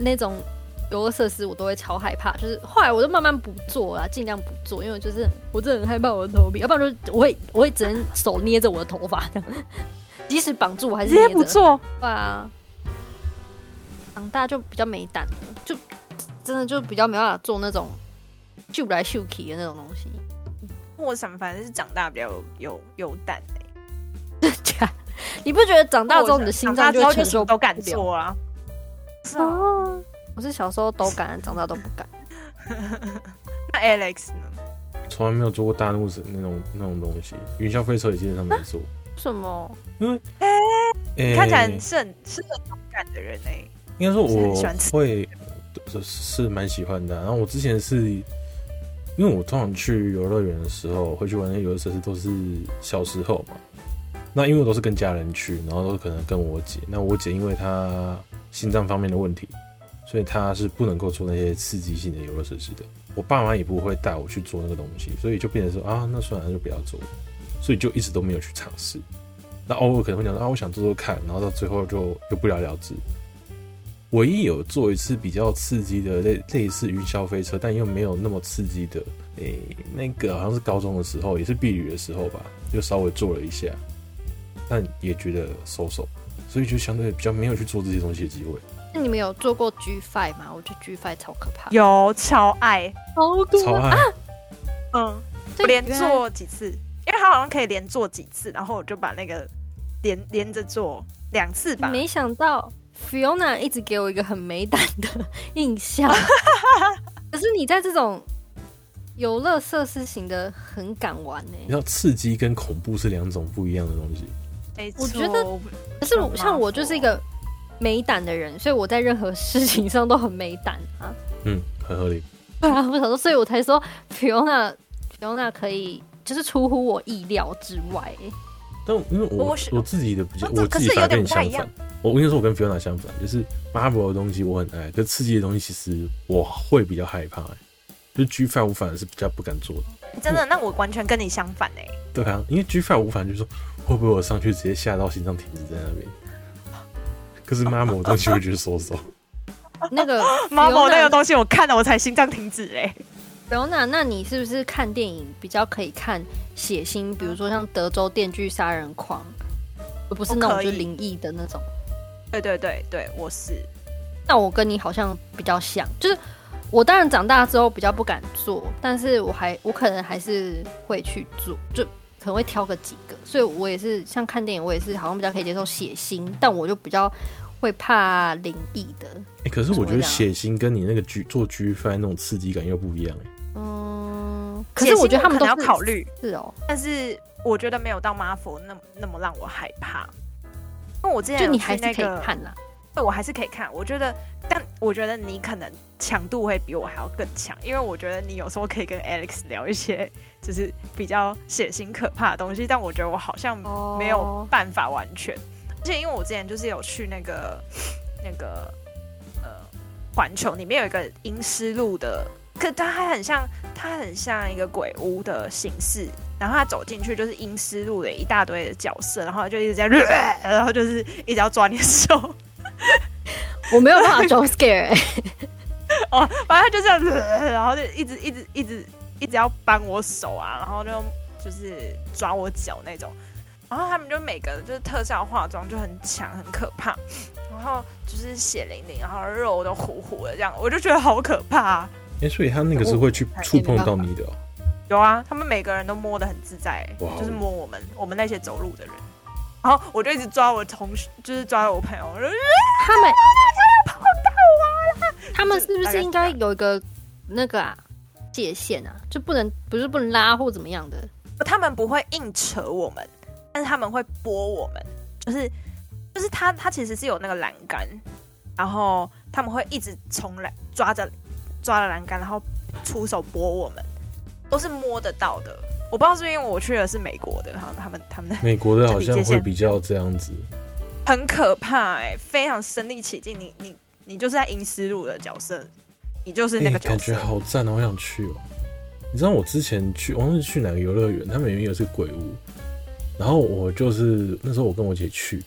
那种游乐设施我都会超害怕，就是后来我就慢慢不做啦，尽量不做，因为就是我真的很害怕我的头皮，要不然就我会我会只能手捏着我的头发这样，即使绑住我还是捏着。 直接不做。 对啊，长大就比较没胆了，就真的就比较没办法做那种秀来秀去的那种东西。 我想反正是长大比较有有有胆欸，你不觉得长大之后你的心脏就会承受都敢做啊？是啊， 哦，我是小时候都敢，长大都不敢。 那 Alex 呢？ 从来没有做过大怒神那种那种东西，云霄飞车也基本上没做。 什么？ 因为你看起来是很是很勇敢的人哎、欸。 应该说我会是蛮喜欢的、啊。然后我之前是因为我通常去游乐园的时候，会去玩那些游乐设施，都是小时候嘛。那因为我都是跟家人去，然后都可能跟我姐。那我姐因为她心脏方面的问题，所以她是不能够做那些刺激性的游乐设施的。我爸妈也不会带我去做那个东西，所以就变成说啊，那算了，就不要做了。所以就一直都没有去尝试。那偶尔可能会讲说啊，我想做做看，然后到最后就就不了了之。唯一有做一次比较刺激的类类似云霄飞车，但又没有那么刺激的，诶、欸，那个好像是高中的时候，也是毕旅的时候吧，就稍微做了一下，但也觉得收手，所以就相对比较没有去做这些东西的机会。 那你们有做过 G 五 吗？我觉得 G 五 超可怕。 有，超爱， 超多， 超爱。 啊、嗯，我连做几次，因为他好像可以连做几次，然后我就把那个连连着做两次吧。 没想到 Fiona 一直给我一个很没胆的印象，可是你在这种游乐设施型的很敢玩呢、欸。 你知道刺激跟恐怖是两种不一样的东西。 欸、 我觉得，可是像我就是一个没胆的人，所以我在任何事情上都很没胆啊。 嗯，很合理。 对啊，我想说，所以我才说 Fiona Fiona 可以就是出乎我意料之外、欸。 但因为我 我, 我自己的比较，我自己反而跟你相反。我跟你说，我跟 Fiona 相反，就是 Marvel 的东西我很爱，可是刺激的东西其实我会比较害怕、欸。就是 G 五 我反而是比较不敢做的。 真的？那我完全跟你相反哎、欸。 对啊，因为 G 五 我反正就是说，会不会我上去直接吓到心脏停止在那边？可是 Marvel 的东西我觉得收手。 那个 Marvel 那个东西我看了我才心脏停止哎、欸。 Fiona， 那你是不是看电影比较可以看血腥？比如说像德州电锯杀人狂，而不是那种就灵异的那种。 对对对对，我是。 那我跟你好像比较像，就是我当然长大之后比较不敢做，但是我还我可能还是会去做，就可能会挑个几个。所以我也是像看电影，我也是好像比较可以接受血腥，但我就比较会怕灵异的。 哎、欸，可是我觉得血腥跟你那个 G 做 G 五 那种刺激感又不一样哎、欸。 嗯，可是我觉得他们都要考虑， 是哦。 但是我觉得没有到 Marvel 那那么让我害怕，因为我之前、那个、 就你还是可以看啦。 对，我还是可以看。我觉得，但我觉得你可能强度会比我还要更强，因为我觉得你有时候可以跟 Alex 聊一些就是比较血腥可怕的东西，但我觉得我好像没有办法完全。Oh. 而且因为我之前就是有去那个那个呃环球，里面有一个阴尸路的。可它还很像，它很像一个鬼屋的形式。然后他走进去就是阴尸路的一大堆的角色，然后就一直在，然后就是一直要抓你的手。 我没有办法 jump scare、欸。 哦，反正他就这样子，然后就一直一直一直一直要扳我手啊，然后就就是抓我脚那种。然后他们就每个就是特效化妆就很强很可怕，然后就是血淋淋，然后肉都糊糊的这样，我就觉得好可怕、啊。 哎、欸，所以他那个是会去触碰到你的、哦。 有啊，他们每个人都摸得很自在、欸，就是摸我们我们那些走路的人。然后我就一直抓我同学，就是抓我朋友，我就他们碰到我了。 他们是不是应该有一个那个啊界限啊，就不能不是不能拉或怎么样的？ 他们不会硬扯我们，但是他们会拨我们，就是就是他他其实是有那个栏杆，然后他们会一直从来抓着抓着栏杆，然后出手拨我们，都是摸得到的。我不知道是因为我去的是美国的，他们他们美国的好像会比较这样子， 很可怕哎、欸，非常身临其境。你你你就是在阴尸路的角色，你就是那个角色， 欸、感觉好赞哦，我想去哦。你知道我之前去，我忘记去哪个游乐园，他们里面有是鬼屋，然后我就是那时候我跟我姐去，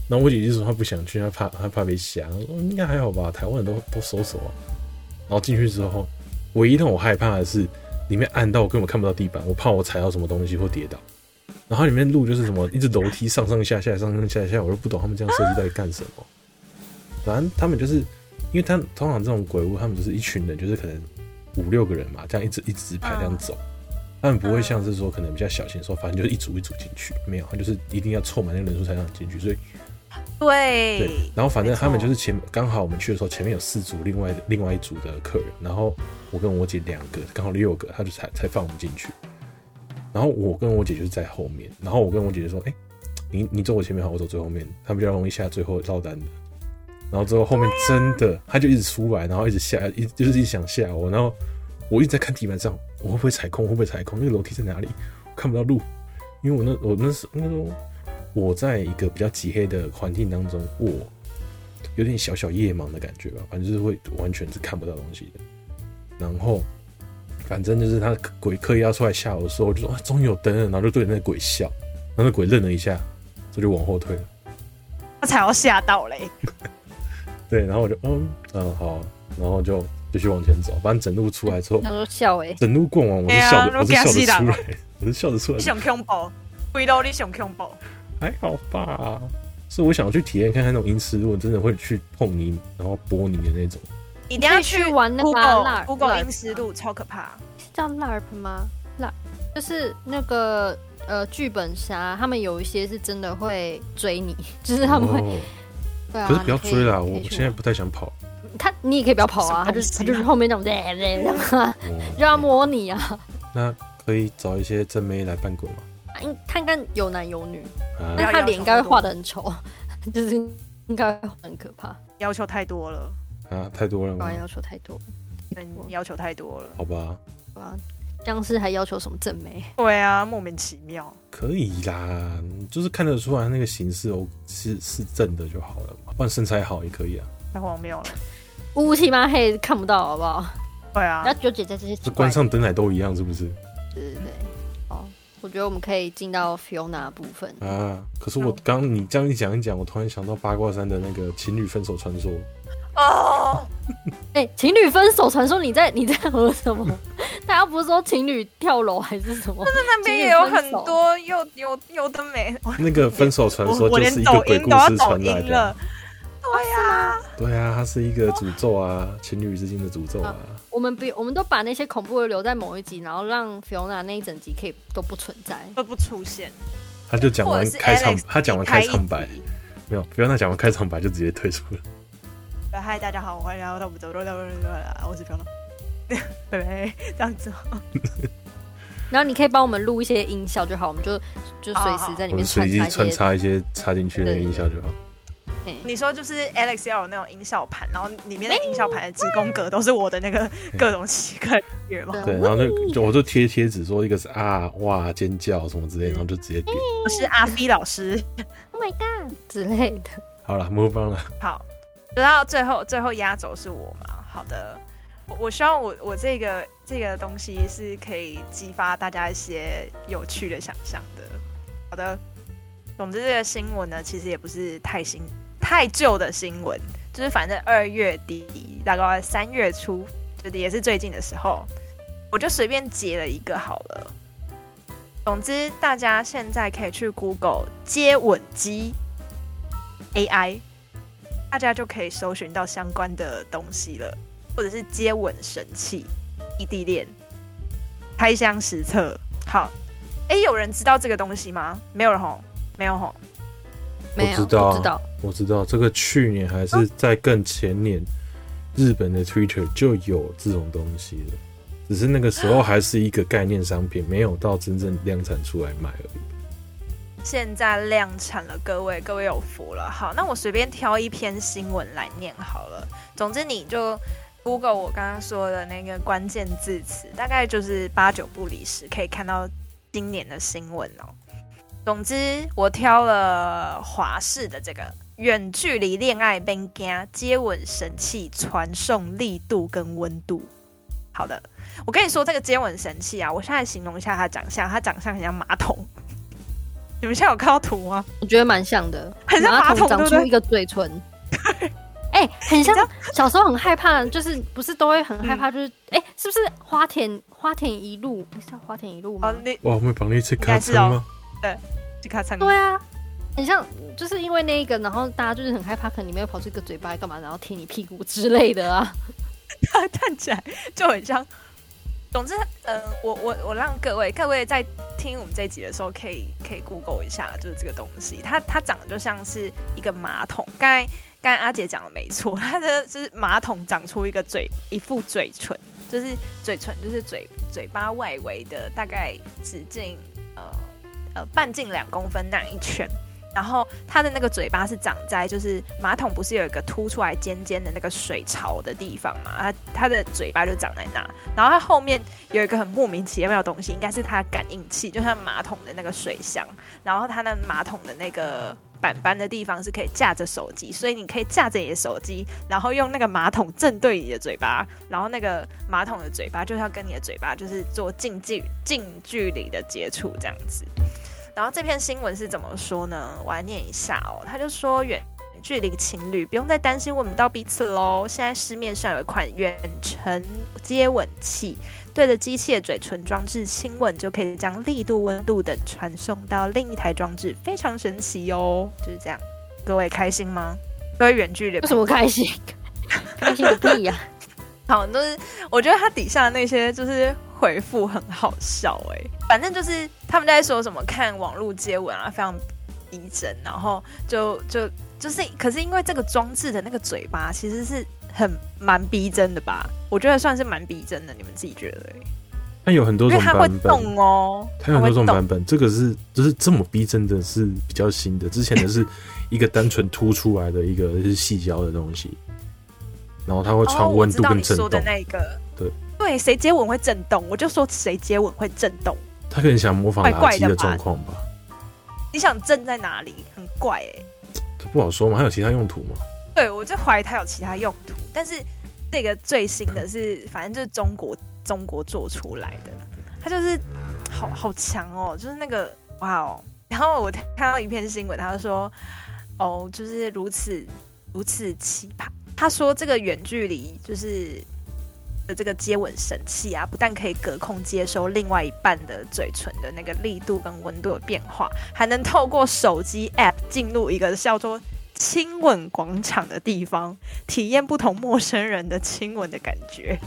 然后我姐就说她不想去，她怕她怕被吓。我说应该还好吧，台湾人都都收手啊。然后进去之后，唯一让我害怕的是里面暗到我根本看不到地板，我怕我踩到什么东西或跌倒。然后里面路就是什么一直楼梯上上下下上上下下，我就不懂他们这样设计到底干什么。反正他们就是因为他通常这种鬼屋，他们就是一群人，就是可能五六个人嘛，这样一直一直排这样走。他们不会像是说可能比较小型的时候，反正就是一组一组进去，没有，他就是一定要凑满那个人数才让你进去，所以。 对对，然后反正他们就是前刚好我们去的时候，前面有四组另外另外一组的客人，然后我跟我姐两个，刚好六个，他就才才放我们进去。然后我跟我姐就是在后面，然后我跟我姐姐说：“哎、欸，你你走我前面好，我走最后面。”他们比较容易下最后落单的。然后之后后面真的，他就一直出来，然后一直下，一就是一直想吓我，然后我一直在看地板上，我会不会踩空？我会不会踩空？那个楼梯在哪里？我看不到路，因为我那我那时那时候。我在一个比较漆黑的环境当中，我有点小小夜盲的感觉吧，反正就是会完全是看不到东西的。然后，反正就是他鬼刻意要出来吓我的时候，我就说啊，终于有灯了，然后就对着那个鬼笑，然后那鬼愣了一下，这就往后退了。 他才要吓到嘞。 对，然后我就嗯嗯好，然后就继续往前走，反正整路出来之后， 他说笑哎、欸， 整路逛完我是笑的，我是笑得出来，我是笑得出来。 你想恐怖，回头你想恐怖。 还好吧，所以我想去体验看看那种阴尸路，真的会去碰泥，然后拨泥的那种。 一定要去玩那个 Google Google 阴尸路，超可怕。 是叫 L A R P 吗 ？L A R P 就是那个呃剧本杀，他们有一些是真的会追你，就是他们会。哦、对啊， 可是不要追啦，我现在不太想跑。 他你也可以不要跑啊，他就是他就是后面那种对对对，就要摸你啊。 那可以找一些正妹来扮鬼吗？ 他应该有男有女， 啊、 但他脸应该会画得很丑，就是应该会很可怕。 要求太多了啊，太多了吗？ 要求太多了， 嗯，要求太多了。 好吧。 啊，僵尸还要求什么正妹？ 对啊，莫名其妙。 可以啦，就是看得出来那个形式哦，是是正的就好了嘛，不然身材好也可以啊。 太荒谬了， 乌漆嘛黑看不到，好不好？ 对啊， 不要纠结在这些。 这关上灯来都一样，是不是？ 对对对。我觉得我们可以进到 Fiona 部分啊！可是我刚你这样一讲一讲，我突然想到八卦山的那个情侣分手传说。 哦， 哎、欸，情侣分手传说，你在你在喝什么？大家不是说情侣跳楼还是什么？ 但是那边也有很多有有有的没。 那个分手传说就是一个鬼故事传来的。 对呀， 对啊，它是一个诅咒啊，情侣之间的诅咒啊。 我们不，我们都把那些恐怖的留在某一集，然后让 Fiona 那一整集可以都不存在， 都不出现。 他就讲完开场，他讲完开场白，没有 Fiona 讲完开场白就直接退出了。 嗨，大家好，欢迎来到我们走路的，我是 Fiona， 对不对？这样子。 然后你可以帮我们录一些音效就好，我们就就随时在里面随机穿插一些插进去的音效就好。 你说就是 Alex 要有那种音效盘，然后里面的音效盘的几宫格都是我的那个各种奇怪的音乐吗？ 对，然后那就我就贴贴纸说一个是啊哇尖叫什么之类，然后就直接点。 我是阿飞老师 ，Oh my god 之类的。 好了 ，move on 了。 好，然后最后最后压轴是我嘛？好的，我我希望我我这个这个东西是可以激发大家一些有趣的想象的。好的，总之这个新闻呢，其实也不是太新。太旧的新闻，就是反正二月底大概三月初，就是也是最近的时候，我就随便截了一个好了。总之，大家现在可以去 Google 接吻机 A I， 大家就可以搜寻到相关的东西了，或者是接吻神器、异地恋、开箱实测。好，哎，有人知道这个东西吗？没有人吼，没有吼。 没有， 我知道， 我知道， 我知道，这个去年还是在更前年，日本的 Twitter 就有这种东西了，只是那个时候还是一个概念商品，没有到真正量产出来卖而已。 现在量产了，各位，各位有福了。好，那我随便挑一篇新闻来念好了。总之，你就 Google 我刚刚说的那个关键字词，大概就是八九不离十，可以看到今年的新闻哦。总之，我挑了华视的这个远距离恋爱变惊接吻神器传送力度跟温度。好的，我跟你说这个接吻神器啊，我现在形容一下它长相，它长相很像马桶， 你们现在有看到图吗？ 我觉得蛮像的， 很像马桶， 长出一个嘴唇。哎、欸，很像小时候很害怕，就是不是都会很害怕，就是哎、嗯欸，是不是花田花田一路？是叫花田一路吗？ 哦、你哇，我们帮你去卡车吗？ 对，去卡车。 对啊，很像，就是因为那一个，然后大家就是很害怕，可能里面会跑出一个嘴巴干嘛，然后贴你屁股之类的啊。 看起来就很像。总之，嗯、呃，我我我让各位各位在听我们这一集的时候，可以可以 Google 一下，就是这个东西，它它长得就像是一个马桶。刚才刚才阿姐讲的没错，它的就是马桶长出一个嘴一副嘴唇，就是嘴唇就是嘴嘴巴外围的大概直径呃呃半径两公分那一圈。然后它的那个嘴巴是长在，就是马桶不是有一个凸出来尖尖的那个水槽的地方嘛？它它的嘴巴就长在那，然后它后面有一个很莫名其妙的东西，应该是它的感应器，就像马桶的那个水箱。然后它的马桶的那个板板的地方是可以架着手机，所以你可以架着你的手机，然后用那个马桶正对你的嘴巴，然后那个马桶的嘴巴就是要跟你的嘴巴就是做近距近距离的接触这样子。然后这篇新闻是怎么说呢？我来念一下哦。他就说，远距离情侣不用再担心闻不到彼此喽。现在市面上有一款远程接吻器，对着机器的嘴唇装置亲吻，就可以将力度、温度等传送到另一台装置，非常神奇哦。就是这样，各位开心吗？各位远距离为什么开心？开心个屁呀！ 好，就是我觉得他底下那些就是回复很好笑哎、欸，反正就是他们在说什么看网络接吻啊，非常逼真，然后就就就是，可是因为这个装置的那个嘴巴其实是很蛮逼真的吧？我觉得算是蛮逼真的，你们自己觉得、欸？ 它有很多种版本， 因为它会动哦， 它有很多种版本，这个是就是这么逼真的是比较新的，之前的是一个单纯凸出来的一个是细胶的东西。然后它会传温度跟震动。哦、我知道你说的那个，对对，谁接吻会震动？我就说谁接吻会震动。 他可能想模仿垃圾的状况吧？ 你想震在哪里？很怪哎、欸。 这不好说嘛，还有其他用途吗？ 对，我就怀疑它有其他用途。但是这个最新的是，反正就是中国中国做出来的，它就是好好强哦，就是那个哇哦。然后我看到一篇新闻，他就说哦，就是如此如此奇葩。他说这个远距离就是的这个接吻神器啊，不但可以隔空接收另外一半的嘴唇的那个力度跟温度的变化，还能透过手机 App 进入一个叫做亲吻广场的地方，体验不同陌生人的亲吻的感觉。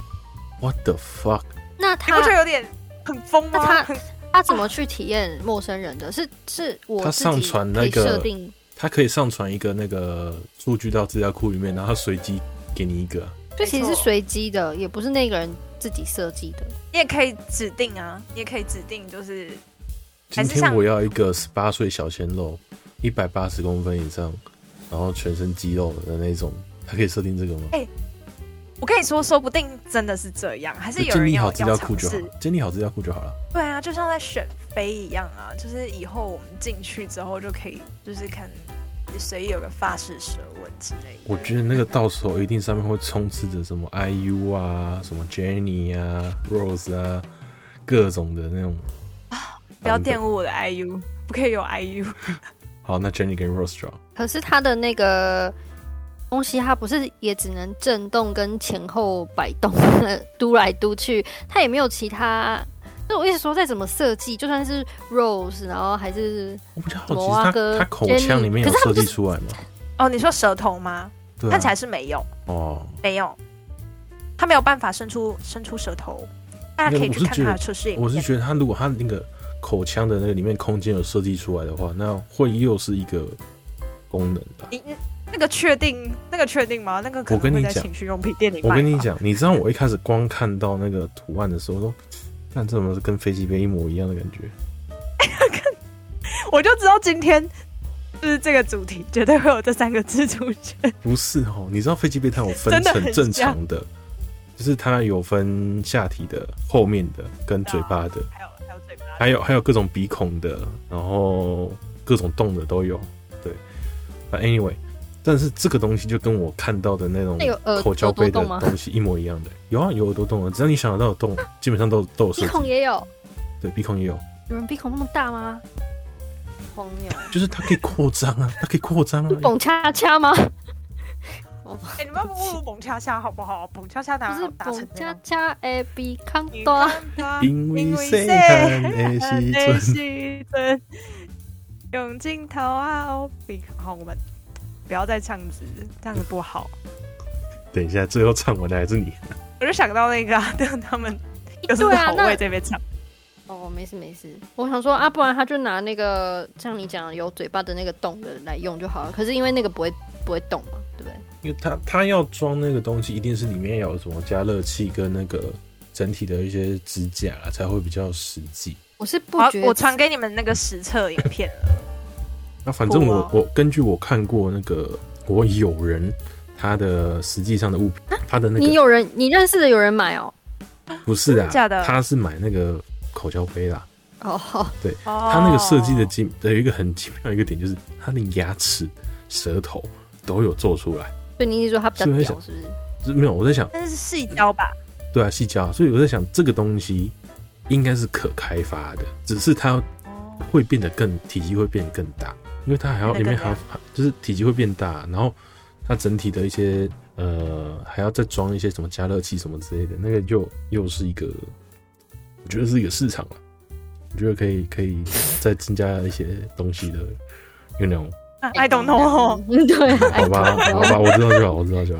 What the fuck？ 那他你不觉得有点很疯吗？ 那他他怎么去体验陌生人的？是是我自己他上传那个设定。 他可以上传一个那个数据到资料库里面，然后他随机给你一个、啊。 这其实是随机的，也不是那个人自己设计的。 你也可以指定啊，你也可以指定，就是今天我要一个十八岁小鲜肉，一百八十公分以上，然后全身肌肉的那种，他可以设定这个吗？ 哎、欸，我跟你说，说不定真的是这样，还是有人要建立好资料库就好，建立好资料库就好了。 对啊，就像在选妃一样啊，就是以后我们进去之后就可以，就是看。随意有个法式舌吻之类的， 我觉得那个到时候一定上面会充斥着什么 I U 啊、什么 Jenny 啊、Rose 啊，各种的那种。 啊、不要玷污我的 I U， 不可以有 I U。 好，那 Jenny 跟 Rose 抓。 可是它的那个东西，它不是也只能震动跟前后摆动，嘟来嘟去，它也没有其他。那我一直说，再怎么设计，就算是 Rose， 然后还是我比较好奇，他他口腔里面有设计出来吗？ 哦，你说舌头吗？ 对啊、 看起来是没有哦，没有，他没有办法伸出伸出舌头。大家可以去看他的测试影片。 我是觉得他如果他那个口腔的那个里面空间有设计出来的话，那会又是一个功能吧？ 你那个确定？那个确定吗？那个可能会在情趣用品店里卖。 我跟你讲，你知道我一开始光看到那个图案的时候说。看这怎么是跟飞机杯一模一样的感觉？ 我就知道今天就是这个主题绝对会有这三个字出现。 不是哦，你知道飞机杯它有分成正常的，就是它有分下体的、后面的跟嘴巴的， 还有还有嘴巴， 还有还有各种鼻孔的，然后各种洞的都有。对，但 anyway。但是这个东西就跟我看到的那种口交杯的东西一模一样的，有啊，有耳朵洞的，只要你想得到的洞，基本上都都有设计。 鼻孔也有， 对，鼻孔也有。 有人鼻孔那么大吗？ 荒谬。 就是它可以扩张啊，它可以扩张啊。 蹦恰恰吗？ 哎、欸，你们不如蹦恰恰好不好？蹦恰恰哪不是有达成蹦那种？ 恰恰会比康大。 因为细汉的时阵， 用镜头啊，比好，我们不要再唱子，这样子不好。 等一下，最后唱完的还是你。 我就想到那个、啊，他们又是好味这边唱。 哦，没事没事，我想说啊，不然他就拿那个像你讲有嘴巴的那个洞的来用就好了。可是因为那个不会不会动嘛，对不对？ 因为他他要装那个东西，一定是里面有什么加热器跟那个整体的一些支架啦，才会比较实际。 我是不觉得， 我传给你们那个实测影片了。 那反正我、哦、我根据我看过那个我友人他的实际上的物品，他的那个你有人你认识的有人买哦？ 不是啊， 假的， 他是买那个口交杯啦。 哦， 对，他那个设计的精有一个很奇妙的一个点，就是他的牙齿、舌头都有做出来。 所以你是说他比较屌，是不是？ 是没有，我在想， 那是细胶吧？ 对啊，细胶。所以我在想，这个东西应该是可开发的，只是它会变得更体积会变得更大，因为它还要里面还要就是体积会变大，然后它整体的一些呃还要再装一些什么加热器什么之类的，那个就又是一个，我觉得是一个市场了。我觉得可以可以再增加一些东西的，有那种。 I don't know， 对， 好吧，好吧，我知道就好，我知道就好。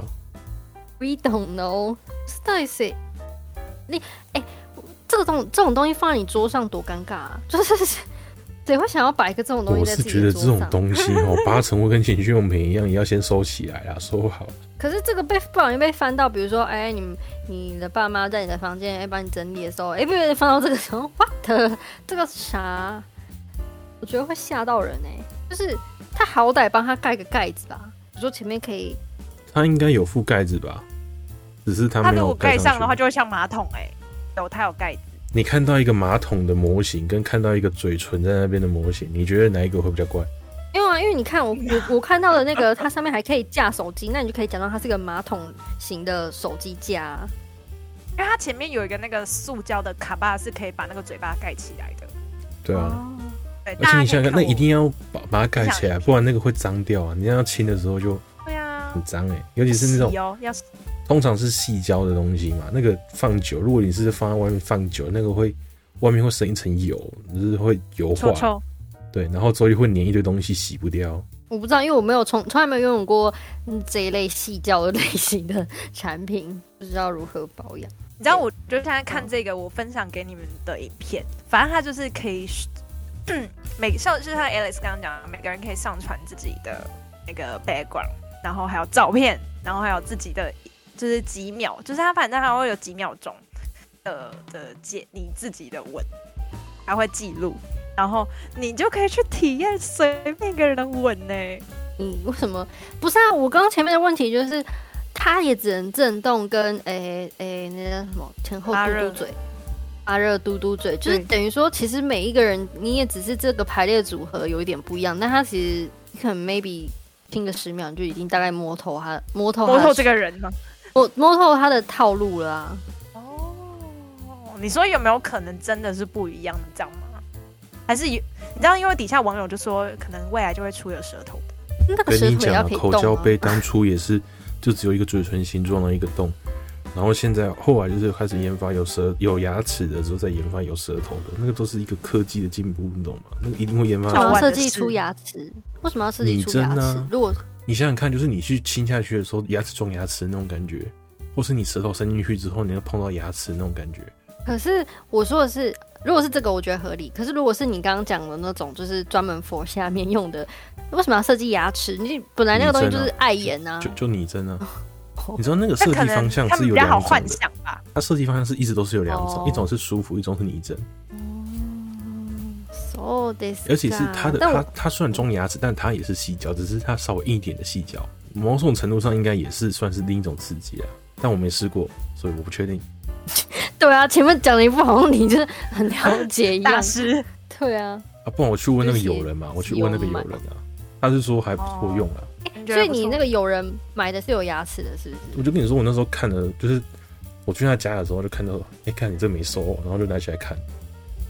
We don't know， 到底谁？你哎、欸，这个东这种东西放在你桌上多尴尬啊！就是谁会想要摆一个这种东西在自己的桌上？ 我是觉得这种东西哦，八成会跟情趣用品一样，也要先收起来啦，收好。 可是这个被不小心被翻到，比如说，哎、欸，你你的爸妈在你的房间，哎、欸，帮你整理的时候，哎、欸，被翻到这个时候 ，what？ 这个啥？我觉得会吓到人哎、欸，就是他好歹帮他盖个盖子吧，比如说前面可以， 他应该有附盖子吧，只是他没有盖上去。他如果盖上的话，就会像马桶哎、欸，有它有盖子。 你看到一个马桶的模型，跟看到一个嘴唇在那边的模型，你觉得哪一个会比较怪？ 因为啊，因为你看我我我看到的那个，它上面还可以架手机，那你就可以讲到它是个马桶型的手机架， 因为它前面有一个那个塑胶的卡巴是可以把那个嘴巴盖起来的。 对啊。 哦对， 而且你想想看，那一定要把把它盖起来，不然那个会脏掉啊！你要清的时候就对啊， 很脏哎、欸，尤其是那种要要通常是细胶的东西嘛，那个放久，如果你是放在外面放久，那个会外面会生一层油，就是会油化， 臭臭对，然后之后就会粘一堆东西，洗不掉。 我不知道，因为我没有从从来没有拥有过这一类细胶的类型的产品，不知道如何保养。 你知道，我就现在看这个，我分享给你们的影片，反正它就是可以。嗯，每像就是像 Alex 刚刚讲的，每个人可以上传自己的那个 background， 然后还有照片，然后还有自己的就是几秒，就是它反正还会有几秒钟的的解你自己的吻，还会记录，然后你就可以去体验随便一个人的吻呢。 嗯，为什么不是啊？我刚刚前面的问题就是，它也只能震动跟诶诶那叫什么前后嘟嘟嘴。发热嘟嘟嘴，就是等于说，其实每一个人你也只是这个排列组合有一点不一样，但他其实可能 maybe 听个十秒，你就已经大概摸透他摸透摸透这个人吗？ 摸摸透他的套路了啊。 哦，你说有没有可能真的是不一样的这样吗？还是有？你知道，因为底下网友就说，可能未来就会出有舌头的。 那个舌头也要可以动啊。 口交杯当初也是就只有一个嘴唇形状的一个洞。然后现在后来就是开始研发有舌有牙齿的时候，再研发有舌头的，那个都是一个科技的进步，你懂吗？那个一定会研发。为什么要设计出牙齿？为什么要设计出牙齿？ 啊、 如果你想想看，就是你去亲下去的时候，牙齿撞牙齿那种感觉，或是你舌头伸进去之后，你要碰到牙齿那种感觉。 可是我说的是，如果是这个，我觉得合理。可是如果是你刚刚讲的那种，就是专门 for 下面用的，为什么要设计牙齿？你本来那个东西就是碍眼啊， 就就拟真啊。你知道那个设计方向是有两种的，它设计方向是一直都是有两种，哦、一种是舒服，一种是拟真。 嗯 ，so this， 而且是它的它它虽然装牙齿，但它也是细胶，只是它稍微硬一点的细胶，某种程度上应该也是算是另一种刺激啊。但我没试过，所以我不确定。 对啊，前面讲了一副好像你就是很了解一样。 大师。 对啊。 啊，不然我去问那个友人嘛，我去问那个友人啊，他是说还不错用啊。 所以你那个友人买的是有牙齿的，是不是？ 我就跟你说，我那时候看了，就是我去他家的时候就看到，哎、欸，看你这没收，然后就拿起来看，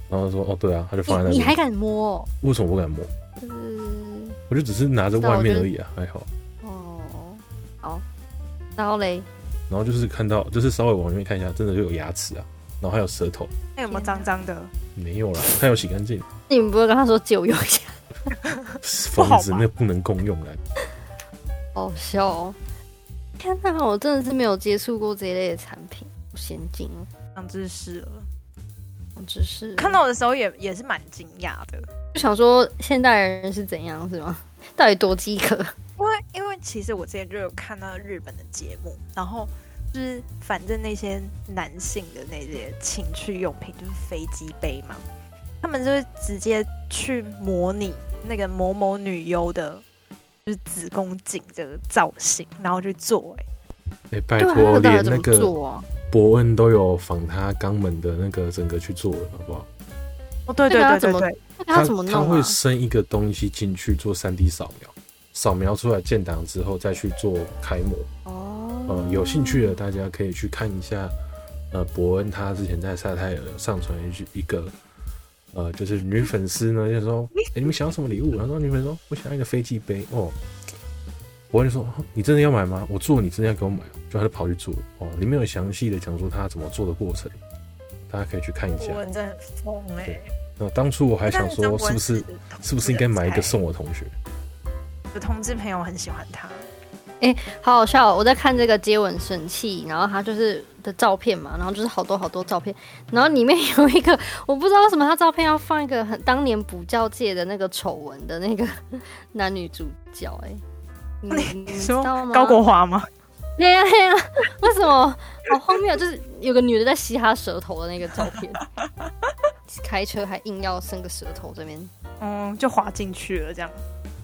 然后说哦对啊，他就放在那边。 你还敢摸、哦？ 为什么不敢摸？ 就是我就只是拿着外面而已啊，还好。 哦，好，然后嘞， 然后就是看到，就是稍微往里面看一下，真的就有牙齿啊，然后还有舌头。 那有没有脏脏的？ 没有啦，他有洗干净。 你们不会跟他说借我用一下？ 疯子，那不能共用的。 好笑哦！天哪，我真的是没有接触过这一类的产品，好先进哦， 长知识了。 长知识了。 看到的时候也也是蛮惊讶的， 就想说现代人是怎样，是吗？到底多饥渴？ 因为因为其实我之前就有看到日本的节目，然后就是反正那些男性的那些情趣用品就是飞机杯嘛，他们就是直接去模拟那个某某女优的，就是子宫颈这个造型，然后去做、欸。 哎、欸，拜托，连那个啊、 伯恩都有仿他肛门的那个整个去做了，好不好？ 哦，对对对对对， 他怎么弄、啊、 他会伸一个东西进去做 三 D 扫描，扫描出来建档之后再去做开模。哦，呃，有兴趣的大家可以去看一下。呃，伯恩他之前在萨泰尔上传一个，呃，就是女粉丝呢就说，哎、欸，你们想要什么礼物？然后说女粉丝说，我想要一个飞机杯哦。伯恩就说，你真的要买吗？我做，你真的要给我买？就他就跑去做哦，里面有详细的讲说他怎么做的过程，大家可以去看一下。 伯恩真的很疯哎。 那当初我还想说，是不是是不是应该买一个送我同学？ 我的同志朋友很喜欢他。 哎、欸，好好笑、喔！我在看这个接吻神器，然后他就是的照片嘛，然后就是好多好多照片，然后里面有一个我不知道为什么他照片要放一个很当年补教界的那个丑闻的那个男女主角、欸，哎，你你知道吗？ 高国华吗？ 对呀对呀，为什么？好荒谬！就是有个女的在吸他舌头的那个照片，开车还硬要伸个舌头这边， 嗯，就滑进去了这样。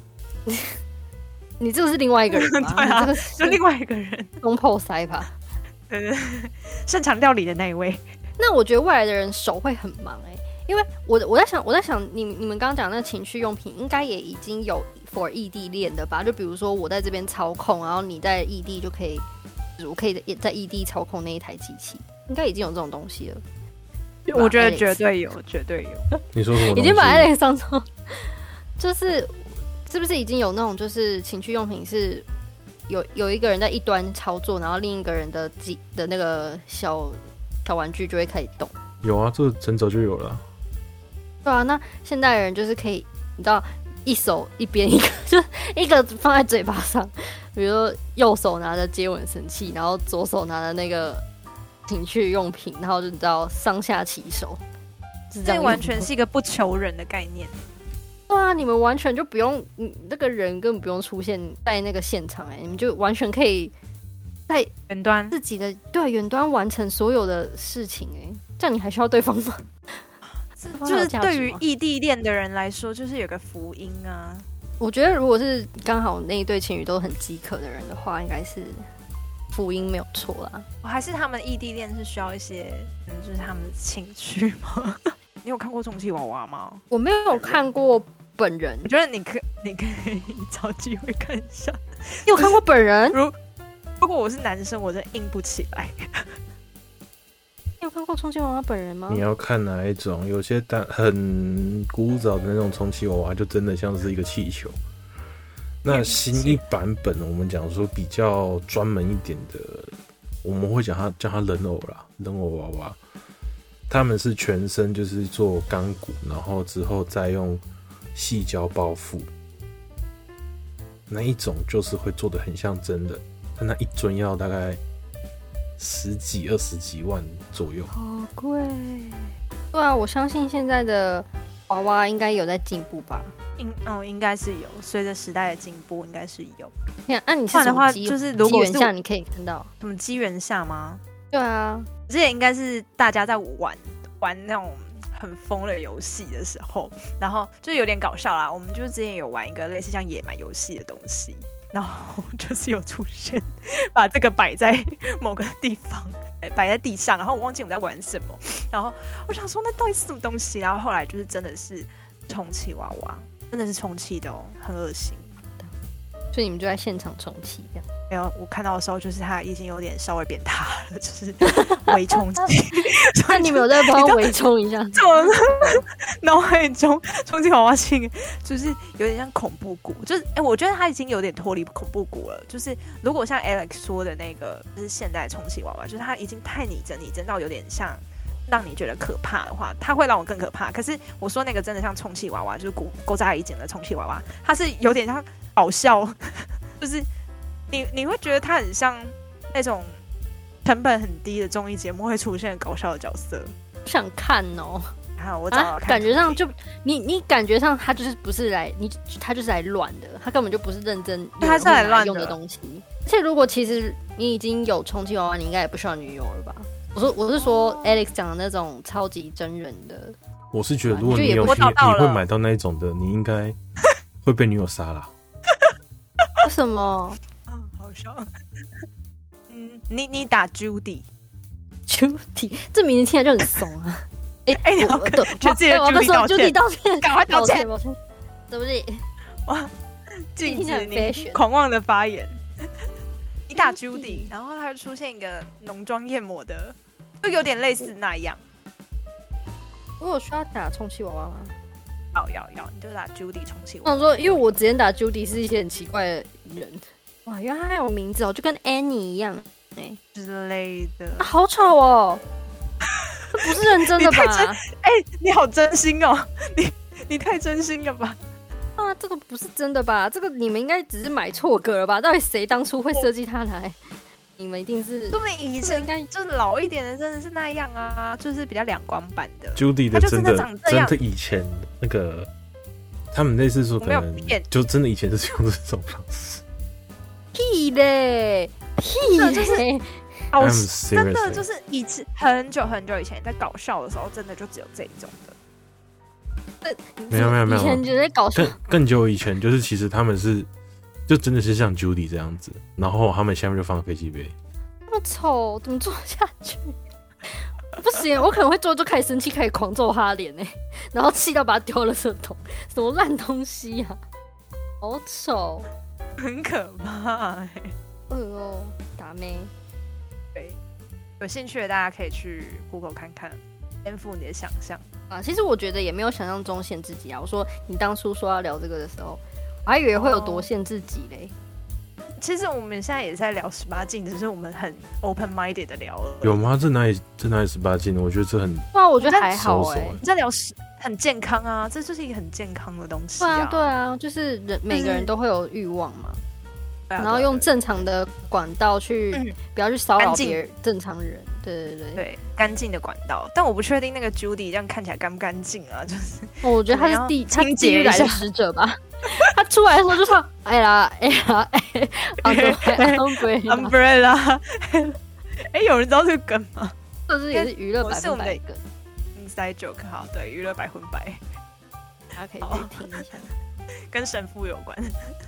你这个是另外一个人吧？ 对啊， 这个是另外一个人， 中破塞吧？ 对对，擅长料理的那一位。 那我觉得未来的人手会很忙哎、欸，因为我我在想，我在想你你们刚刚讲那个情趣用品，应该也已经有 for 异地恋的吧？就比如说我在这边操控，然后你在异地就可以，我可以在异地操控那一台机器，应该已经有这种东西了。 我觉得绝对有，绝对有。 你说什么？ 已经把 Alex 上车，就是是不是已经有那种就是情趣用品是有有一个人在一端操作，然后另一个人的机的那个小小玩具就会开始动？ 有啊，这很早就有了。 对啊，那现代人就是可以，你知道，一手一边一个，就一个放在嘴巴上，比如说右手拿着接吻神器，然后左手拿着那个情趣用品，然后就你知道上下其手，是这样。 这完全是一个不求人的概念。 对啊，你们完全就不用，你那个人根本不用出现在那个现场、欸，哎，你们就完全可以在远端自己的对远端完成所有的事情、欸，哎，这样你还需要对方吗？ 就是对于异地恋的人来说，就是有个福音啊。 我觉得如果是刚好那一对情侣都很饥渴的人的话，应该是福音没有错啦。 还是他们异地恋是需要一些，嗯，就是他们的情趣吗？你有看过充气娃娃吗？ 我没有看过本人， 我觉得你可你可以找机会看一下。 你有看过本人？ 如如果我是男生，我真的硬不起来。 你有看过充气娃娃本人吗？ 你要看哪一种？有些单很古早的那种充气娃娃，就真的像是一个气球。那新一版本，我们讲说比较专门一点的，我们会讲它叫它人偶啦，人偶娃娃。他们是全身就是做钢骨，然后之后再用细胶包覆。那一种就是会做的很像真的，但那一尊要大概十几、二十几万左右， 好贵。对啊，我相信现在的娃娃应该有在进步吧？ 应哦，应该是有，随着时代的进步，应该是有。 那、啊、你是什么机？ 就是如果是机缘下你可以看到什么机缘下吗？ 对啊， 之前应该是大家在玩玩那种很疯的游戏的时候，然后就有点搞笑啦。我们就之前有玩一个类似像野蛮游戏的东西，然后就是有出现把这个摆在某个地方，摆在地上，然后我忘记我们在玩什么，然后我想说那到底是什么东西，然后后来就是真的是充气娃娃，真的是充气的哦，很恶心。 所以你们就在现场重启这样。 没有，我看到的时候就是他已经有点稍微变塌了，就是微冲击。 那你们有在帮他微冲一下？ 我脑海中充气娃娃性就是有点像恐怖谷，就是哎、欸，我觉得他已经有点脱离恐怖谷了。就是如果像 Alex 说的那个，就是现代充气娃娃，就是他已经太拟真，拟真到有点像让你觉得可怕的话，它会让我更可怕。可是我说那个真的像充气娃娃，就是古勾扎一剪的充气娃娃，它是有点像搞笑，就是你你会觉得它很像那种成本很低的综艺节目会出现的搞笑的角色。 不想看哦。 好，我找到看、 啊、感觉上就你你感觉上他就是不是来你他就是来乱的，他根本就不是认真他是来乱用的东西。而且如果其实你已经有充气娃娃，你应该也不需要女友了吧？我说我是说 Alex 讲的那种超级真人的。 我是觉得如果你有你你会买到那一种的，你应该会被女友杀了。 为什么？ 嗯，好笑。嗯，你你打 Judy，Judy Judy 这名字听起来就很怂啊。 哎哎、欸，你要跟自己的 Judy 道歉， 赶快道歉， 抱歉，对不起。 哇，禁止你狂妄的发言。你打 Judy， 然后它就出现一个浓妆艳抹的，就有点类似那样。 我有需要打充气娃娃吗？ 要要要，你就打 Judy 充气娃娃。 我想说，因为我之前打 Judy 是一些很奇怪的人，哇，原来还有名字哦，就跟 Annie 一样，哎、欸、 之类的。 啊、好丑哦！这不是认真的吧？ 哎、欸，你好真心哦，你你太真心了吧？ 啊，这个不是真的吧？这个你们应该只是买错个了吧？到底谁当初会设计它来？你们一定是， 说不定以前应该就是老一点的，真的是那样啊，就是比较两光版的。 Judy 的真的真的以前那个，他们类似说可能就真的以前是用这种方式。 屁嘞，屁嘞， 就是搞真的就是以前很久很久以前在搞笑的时候，真的就只有这一种的。 没有没有没有， 以前觉得搞笑更更久以前，就是其实他们是就真的是像 Judy 这样子，然后他们下面就放飞机杯。 那么丑，怎么做下去？不行，我可能会做就开始生气，开始狂揍他脸哎，然后气到把他丢了垃圾桶，什么烂东西啊！好丑， 很可怕哎、欸。 哎呦，打妹。 对，有兴趣的大家可以去 Google 看看，颠覆你的想象。 啊，其实我觉得也没有想象中限制级啊。我说你当初说要聊这个的时候，我还以为会有多限制级嘞。 哦、其实我们现在也在聊十八禁，只是我们很 open minded 的聊了。 有吗？这哪里这哪里十八禁？我觉得这很…… 对啊，我觉得还好哎、欸。 你在聊很健康啊，这就是一个很健康的东西、啊。 对啊，对啊，就是人每个人都会有欲望嘛。 嗯、 然后用正常的管道去，嗯、不要去骚扰别人，正常人。对对对对，干净的管道，但我不确定那个 Judy 这样看起来干不干净啊？就是， 哦、我觉得他是地，他地狱来的使者吧。他出来的时候就说：“哎呀，哎呀，哎 ，umbrella， 哎，有人知道这个梗吗？ 这是也是娱乐百分百梗 ，inside joke， 好，对，娱乐百分百， 大家可以去听一下， 跟神父有关。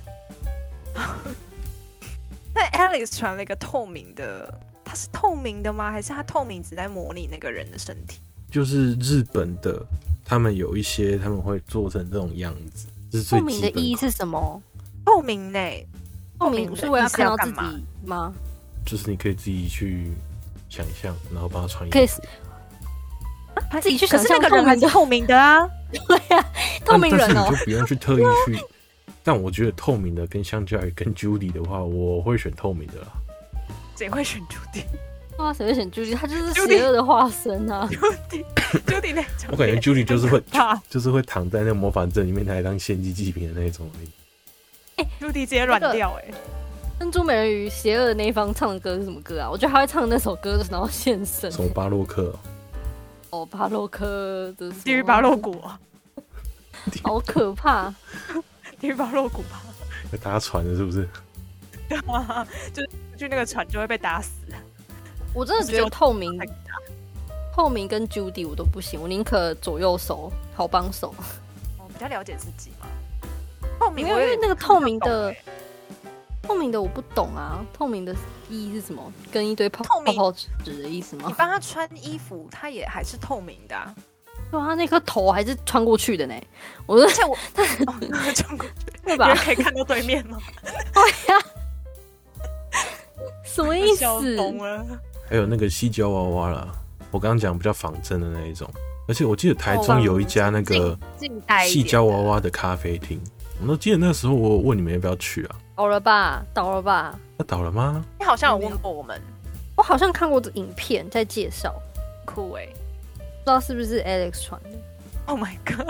那 Alex 传了一个透明的。它是透明的吗？还是它透明只在模拟那个人的身体？ 就是日本的，他们有一些他们会做成这种样子。这是最透明的意义是什么？ 透明呢、欸？ 透明是为了看到自己吗？ 就是你可以自己去想象，然后帮他穿衣服。 可以自己去想象， 那个人还是透明的啊。 对呀、啊，透明人哦， 你就不用去特意去。但我觉得透明的跟相较于跟 Judy 的话，我会选透明的啦。 谁会选 Judy？ 哇，谁会选 Judy？ 他就是邪恶的化身啊 ！Judy，Judy 那种， 我感觉 Judy 就是会，就是会躺在那个魔法阵里面，来当献祭祭品的那种而已。 哎、欸、，Judy 直接软掉哎、欸！ 珍珠美人鱼邪恶的那一方唱的歌是什么歌啊？我觉得他会唱那首歌，然后现身。 什么巴洛克？ 哦，巴洛克的地狱巴洛谷， 好可怕！ 地狱巴洛谷吧？ 要搭船的是不是？ 对啊，就是去那个船就会被打死。 我真的觉得透明、透明跟 Judy 我都不行，我宁可左右手好帮手。 我比较了解自己嘛。透明， 因为那个透明的，透明的我不懂啊。透明的意义是什么？跟一堆泡泡泡纸的意思吗？ 你帮他穿衣服，他也还是透明的啊。 对啊，那颗头还是穿过去的呢。我说， 而且我哦穿过去， 对吧？ 可以看到对面吗？ 对呀、啊，什么意笑思？ 疯了。 还有那个细胶娃娃啦，我刚刚讲比较仿真的那一种，而且我记得台中有一家那个细胶娃娃的咖啡厅，我都记得那时候我问你们要不要去啊？ 倒了吧，倒了吧。 那倒了吗？ 你好像有问过我们， 我好像看过这影片在介绍， 酷哎、欸， 不知道是不是 Alex 传的。 Oh my god！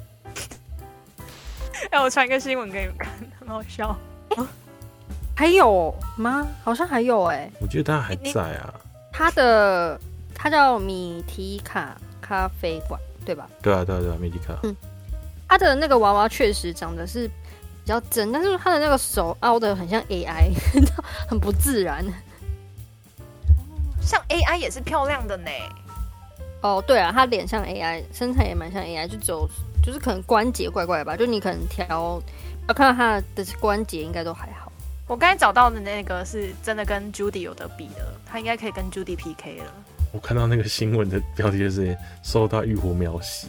哎、欸，我传一个新闻给你们看，很好笑。 欸、还有吗？好像还有哎、欸。 我觉得他还在啊。 他的他叫米提卡咖啡馆，对吧？ 对啊，对啊，对啊，米提卡。 嗯，他的那个娃娃确实长得是比较真，但是他的那个手凹的很像 A I， 很不自然。 像 A I 也是漂亮的呢。 哦，对啊，他脸像 A I， 身材也蛮像 A I， 就只有就是可能关节怪怪吧，就你可能调要看到他的关节应该都还好。 我刚才找到的那个是真的跟 Judy 有得比的，他应该可以跟 Judy P K 了。 我看到那个新闻的标题就是受到欲火秒袭。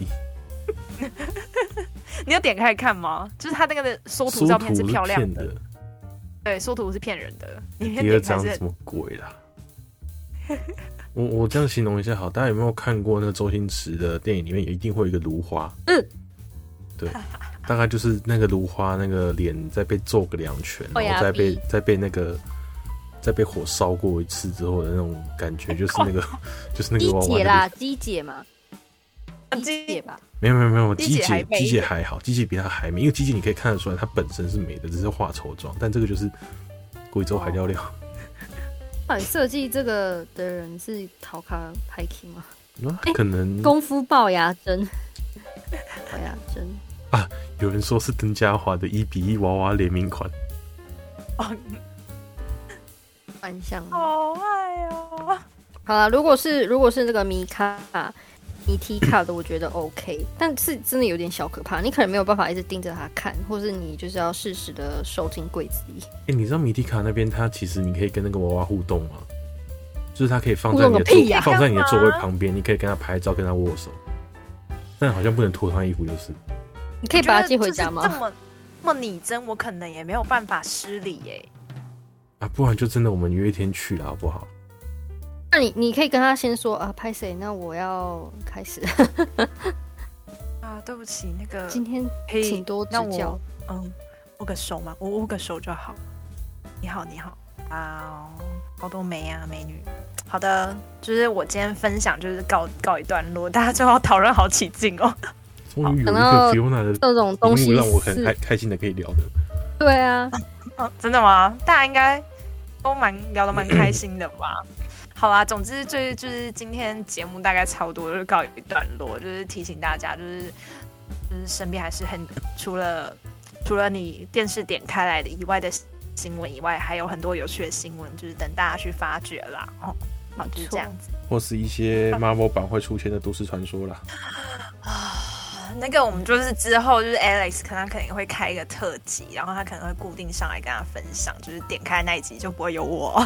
你有点开看吗？就是他那个的缩图照片是漂亮的，的对，缩图是骗人的。 第二张什么鬼啦？我我这样形容一下好，大家有没有看过那个周星驰的电影里面一定会有一个芦花？嗯，对，大概就是那个芦花那个脸再被揍个两拳，然后再被再被那个再被火烧过一次之后的那种感觉，就是那个就是那个娃娃鸡姐啦，鸡姐嘛， 鸡姐吧。 没有没有没有，鸡姐鸡姐还好，鸡姐比她还美，因为鸡姐你可以看得出来她本身是美的，只是化丑妆，但这个就是贵州海料料。 到底设计这个的人是陶卡派 K 吗？ 那、欸、可能功夫龅牙针，龅牙针啊！有人说是邓家华的一比一娃娃联名款， 哦， 幻象， 好爱哦！ 好啦，如果是如果是这个米卡。米提卡的我觉得 OK， 但是真的有点小可怕，你可能没有办法一直盯着它看，或是你就是要适时的收进柜子里。 哎、欸，你知道米提卡那边它其实你可以跟那个娃娃互动吗？就是它可以放在你的座、 啊、 放在你的座位旁边，你可以跟它拍照，跟它握手，但好像不能脱他衣服，就是。 你可以把它寄回家吗？ 这么这么拟真，我可能也没有办法施礼耶。 啊，不然就真的我们约一天去了，好不好？ 那你你可以跟他先说啊，拍谁？那我要开始。 啊，对不起，那个今天请多指教。 嗯，握个手嘛，我握个手就好。你好，你好，啊，好多美啊，美女。好的，就是我今天分享就是告告一段落，大家最后讨论好起劲哦。 终于有一个 Fiona 的这种东西让我很开开心的可以聊的。 对啊， 哦，真的吗？大家应该都蛮聊得蛮开心的吧？好啦，总之就是就是今天节目大概差不多就是告一段落，就是提醒大家，就是就是身边还是很除了除了你电视点开来的以外的新闻以外，还有很多有趣的新闻，就是等大家去发掘啦。哦，好，就是这样子。 或是一些 Marvel 版会出现的都市传说啦。 啊，那个我们就是之后就是 Alex 可能可能会开一个特辑，然后他可能会固定上来跟他分享，就是点开那一集就不会有我。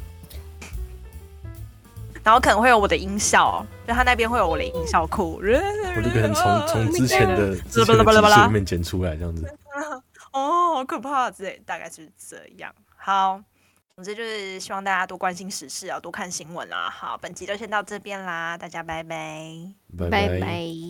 然后可能会有我的音效，就他那边会有我的音效库， 我就可能从从之前的之前的集数里面剪出来这样子。 哦，好可怕之类，大概就是这样。好，总之就是希望大家多关心时事啊，多看新闻啦。好，本集就先到这边啦，大家拜拜， 拜拜拜。